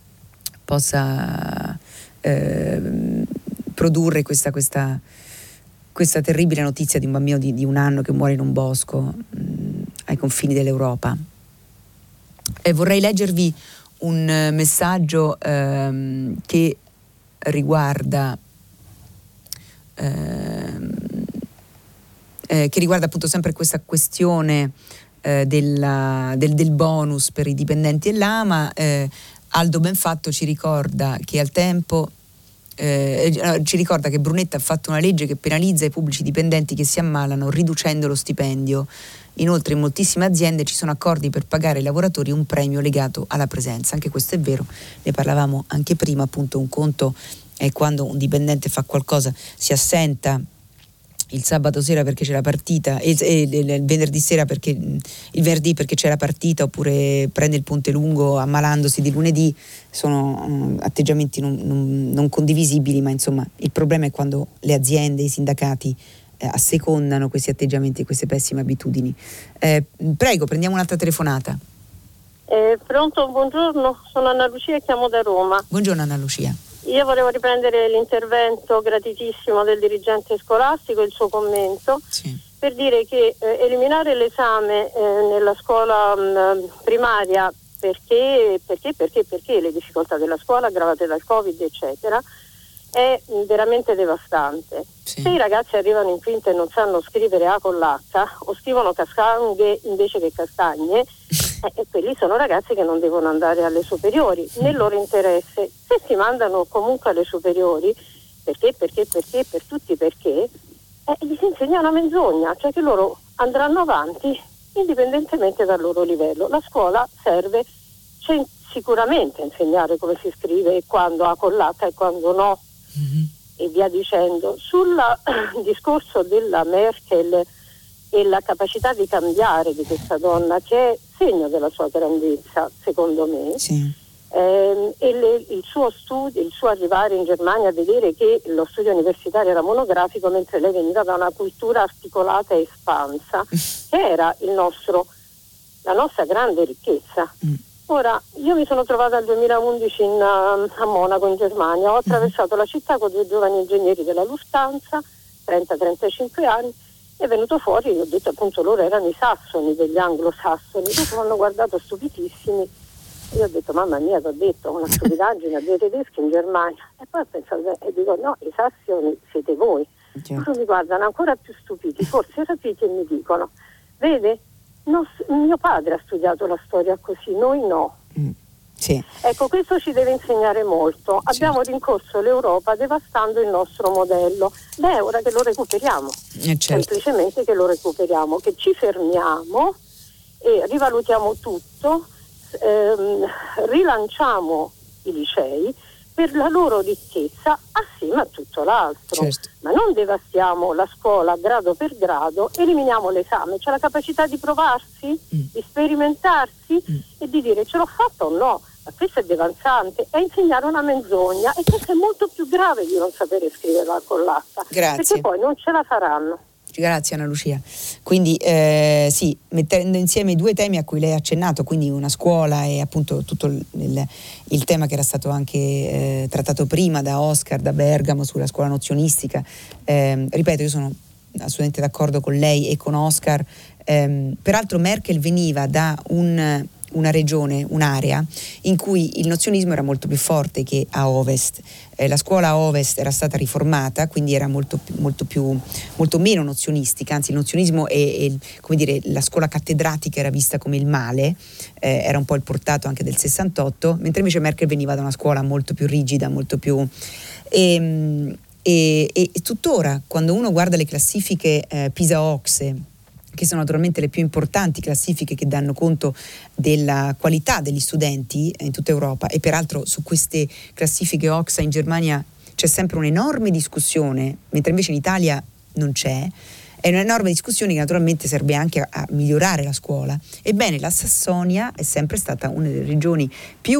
possa eh, produrre questa, questa, questa terribile notizia di un bambino di, di un anno che muore in un bosco mh, ai confini dell'Europa. E vorrei leggervi un messaggio ehm, che riguarda ehm, Eh, che riguarda appunto sempre questa questione eh, della, del, del bonus per i dipendenti e l'Ama. eh, Aldo Benfatto ci ricorda che al tempo eh, ci ricorda che Brunetta ha fatto una legge che penalizza i pubblici dipendenti che si ammalano riducendo lo stipendio. Inoltre in moltissime aziende ci sono accordi per pagare ai lavoratori un premio legato alla presenza. Anche questo è vero, ne parlavamo anche prima. Appunto un conto è quando un dipendente fa qualcosa, si assenta il sabato sera perché c'è la partita, e, e il venerdì sera perché il venerdì perché c'è la partita, oppure prende il ponte lungo ammalandosi di lunedì. Sono um, atteggiamenti non, non, non condivisibili, ma insomma il problema è quando le aziende, i sindacati eh, assecondano questi atteggiamenti e queste pessime abitudini. Eh, prego, prendiamo un'altra telefonata. Eh, pronto, buongiorno, sono Anna Lucia e chiamo da Roma. Buongiorno Anna Lucia. Io volevo riprendere l'intervento gratitissimo del dirigente scolastico e il suo commento, sì. per dire che eh, eliminare l'esame eh, nella scuola mh, primaria perché, perché, perché, perché le difficoltà della scuola aggravate dal Covid eccetera è veramente devastante. Sì. Se i ragazzi arrivano in quinta e non sanno scrivere A con l'H o scrivono cascanghe invece che castagne, eh, quelli sono ragazzi che non devono andare alle superiori, nel loro interesse. Se si mandano comunque alle superiori, perché, perché, perché, per tutti perché, eh, gli si insegna una menzogna, cioè che loro andranno avanti indipendentemente dal loro livello. La scuola serve c- sicuramente a insegnare come si scrive e quando ha collata e quando no, mm-hmm. e via dicendo. Sul discorso della Merkel e la capacità di cambiare di questa donna, che è segno della sua grandezza, secondo me, sì. eh, e le, il suo studio, il suo arrivare in Germania a vedere che lo studio universitario era monografico, mentre lei veniva da una cultura articolata e espansa, che era il nostro, la nostra grande ricchezza. Mm. Ora, io mi sono trovata nel duemilaundici in, a Monaco, in Germania, ho attraversato mm. la città con due giovani ingegneri della Lufthansa, trenta trentacinque anni, è venuto fuori, ho detto appunto loro erano i sassoni, degli anglosassoni, mi hanno guardato stupidissimi, io ho detto mamma mia, ti ho detto una stupidaggine a due tedeschi in Germania, e poi ho pensato e dico no, i sassoni siete voi, certo. Loro mi guardano ancora più stupiti, forse rapiti, e mi dicono vede, no, mio padre ha studiato la storia così, noi no. Mm. Sì. Ecco, questo ci deve insegnare molto. Certo. Abbiamo rincorso l'Europa devastando il nostro modello. Beh, ora che lo recuperiamo, eh, certo. semplicemente che lo recuperiamo, che ci fermiamo e rivalutiamo tutto, ehm, rilanciamo i licei per la loro ricchezza assieme a tutto l'altro. Certo. Ma non devastiamo la scuola grado per grado, eliminiamo l'esame. C'è la capacità di provarsi, mm. di sperimentarsi mm. e di dire ce l'ho fatta o no. Ma questo è devastante, è insegnare una menzogna, e questo è molto più grave di non sapere scrivere la collata. Grazie. Perché poi non ce la faranno. Grazie Anna Lucia. Quindi eh, sì, mettendo insieme i due temi a cui lei ha accennato, quindi una scuola e appunto tutto il, il, il tema che era stato anche eh, trattato prima da Oscar, da Bergamo, sulla scuola nozionistica. Eh, ripeto, io sono assolutamente d'accordo con lei e con Oscar. Eh, peraltro Merkel veniva da un... una regione, un'area in cui il nozionismo era molto più forte che a ovest. Eh, la scuola a ovest era stata riformata, quindi era molto, molto più molto meno nozionistica, anzi il nozionismo e, e come dire, la scuola cattedratica era vista come il male, eh, era un po' il portato anche del sessantotto, mentre invece Merkel veniva da una scuola molto più rigida, molto più e, e, e tuttora quando uno guarda le classifiche eh, PISA-Ocse, che sono naturalmente le più importanti classifiche che danno conto della qualità degli studenti in tutta Europa, e peraltro su queste classifiche O C S A in Germania c'è sempre un'enorme discussione, mentre invece in Italia non c'è. È un'enorme discussione che naturalmente serve anche a, a migliorare la scuola. Ebbene, la Sassonia è sempre stata una delle regioni più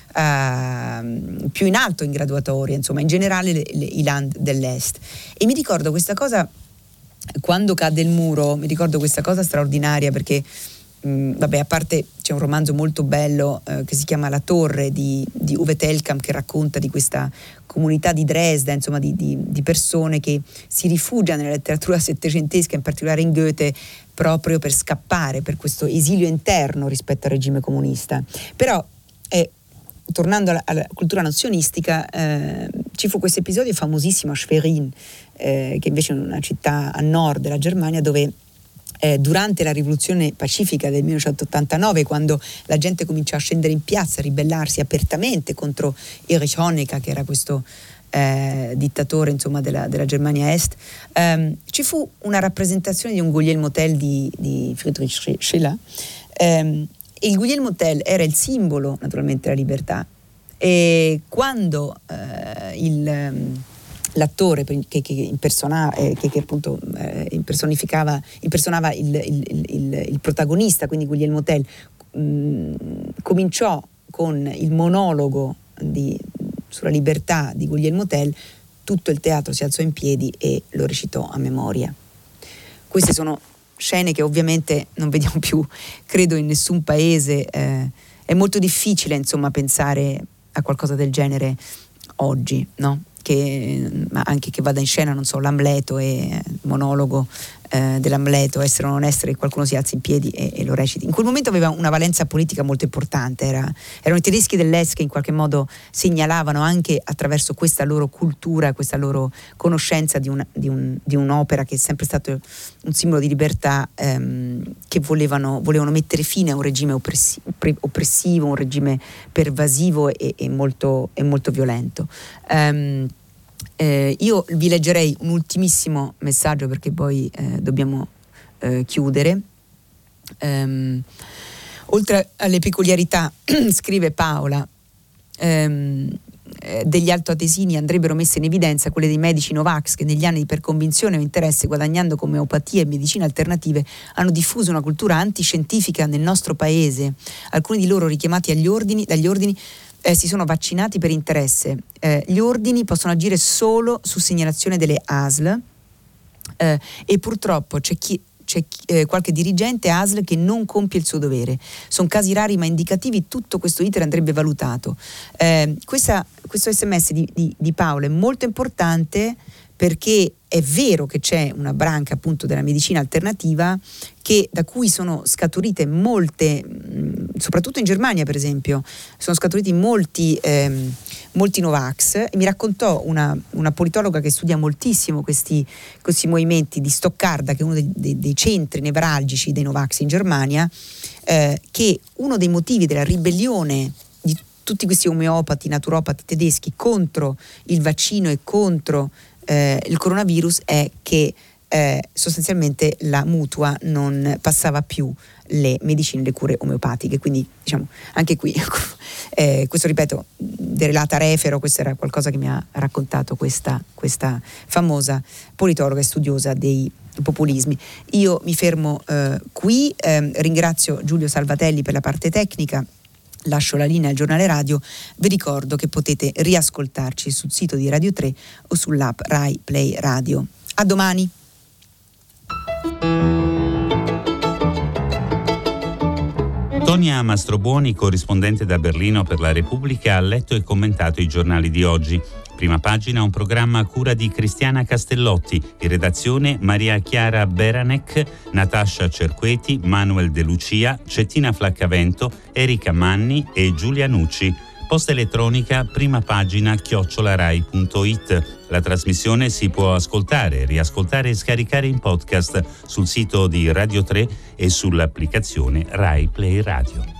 Uh, più in alto in graduatoria, insomma in generale le, le, i land dell'est. E mi ricordo questa cosa quando cadde il muro, mi ricordo questa cosa straordinaria perché mh, vabbè, a parte c'è un romanzo molto bello eh, che si chiama La Torre di, di Uwe Telkamp, che racconta di questa comunità di Dresda, insomma di, di, di persone che si rifugia nella letteratura settecentesca, in particolare in Goethe, proprio per scappare, per questo esilio interno rispetto al regime comunista. Però eh, tornando alla, alla cultura nozionistica, eh, ci fu questo episodio famosissimo a Schwerin, eh, che invece è una città a nord della Germania, dove eh, durante la rivoluzione pacifica del millenovecentottantanove, quando la gente cominciò a scendere in piazza, a ribellarsi apertamente contro Erich Honecker, che era questo eh, dittatore, insomma, della, della Germania Est, ehm, ci fu una rappresentazione di un Guglielmo Tell di, di Friedrich Schiller. Ehm, il Guglielmo Tell era il simbolo naturalmente della libertà, e quando eh, il, l'attore che, che, impersona, eh, che, che appunto eh, impersonificava impersonava il, il, il, il protagonista, quindi Guglielmo Tell, mh, cominciò con il monologo di, sulla libertà di Guglielmo Tell, tutto il teatro si alzò in piedi e lo recitò a memoria. Queste sono scene che ovviamente non vediamo più, credo, in nessun paese. Eh, è molto difficile, insomma, pensare a qualcosa del genere oggi, no? Che, ma anche che vada in scena, non so, l'Amleto e il monologo eh, dell'Amleto, essere o non essere, che qualcuno si alzi in piedi e, e lo reciti. In quel momento aveva una valenza politica molto importante, Era, erano i tedeschi dell'Est che in qualche modo segnalavano anche attraverso questa loro cultura, questa loro conoscenza di, una, di, un, di un'opera che è sempre stato un simbolo di libertà, ehm, che volevano, volevano mettere fine a un regime oppressi, oppressivo, un regime pervasivo e, e, molto, e molto violento. Um, Eh, io vi leggerei un ultimissimo messaggio perché poi eh, dobbiamo eh, chiudere. Um, oltre alle peculiarità, scrive Paola, um, eh, degli altoatesini andrebbero messe in evidenza quelle dei medici Novax che negli anni per convinzione o interesse, guadagnando come omeopatia e medicine alternative, hanno diffuso una cultura antiscientifica nel nostro paese. Alcuni di loro richiamati agli ordini, dagli ordini Eh, si sono vaccinati per interesse. Eh, gli ordini possono agire solo su segnalazione delle A S L eh, e purtroppo c'è chi c'è eh, qualche dirigente A S L che non compie il suo dovere. Sono casi rari ma indicativi, tutto questo iter andrebbe valutato. Eh, questa, questo sms di, di, di Paolo è molto importante perché è vero che c'è una branca appunto della medicina alternativa che, da cui sono scaturite molte, mh, soprattutto in Germania per esempio, sono scaturiti molti, ehm, molti Novax, e mi raccontò una, una politologa che studia moltissimo questi, questi movimenti di Stoccarda, che è uno dei, dei, dei centri nevralgici dei Novax in Germania, eh, che uno dei motivi della ribellione di tutti questi omeopati, naturopati tedeschi contro il vaccino e contro Eh, il coronavirus è che eh, sostanzialmente la mutua non passava più le medicine, le cure omeopatiche, quindi diciamo anche qui eh, questo ripeto derelata refero, questo era qualcosa che mi ha raccontato questa, questa famosa politologa e studiosa dei populismi. Io mi fermo eh, qui, eh, ringrazio Giulio Salvatelli per la parte tecnica. Lascio la linea al giornale radio, vi ricordo che potete riascoltarci sul sito di Radio tre o sull'app Rai Play Radio. A domani! Tonia Mastrobuoni, corrispondente da Berlino per la Repubblica, ha letto e commentato i giornali di oggi. Prima pagina, un programma a cura di Cristiana Castellotti, in redazione Maria Chiara Beranec, Natascia Cerqueti, Manuel De Lucia, Cettina Flaccavento, Erika Manni e Giulia Nucci. Posta elettronica prima pagina chiocciolarai punto it. La trasmissione si può ascoltare, riascoltare e scaricare in podcast sul sito di Radio tre e sull'applicazione Rai Play Radio.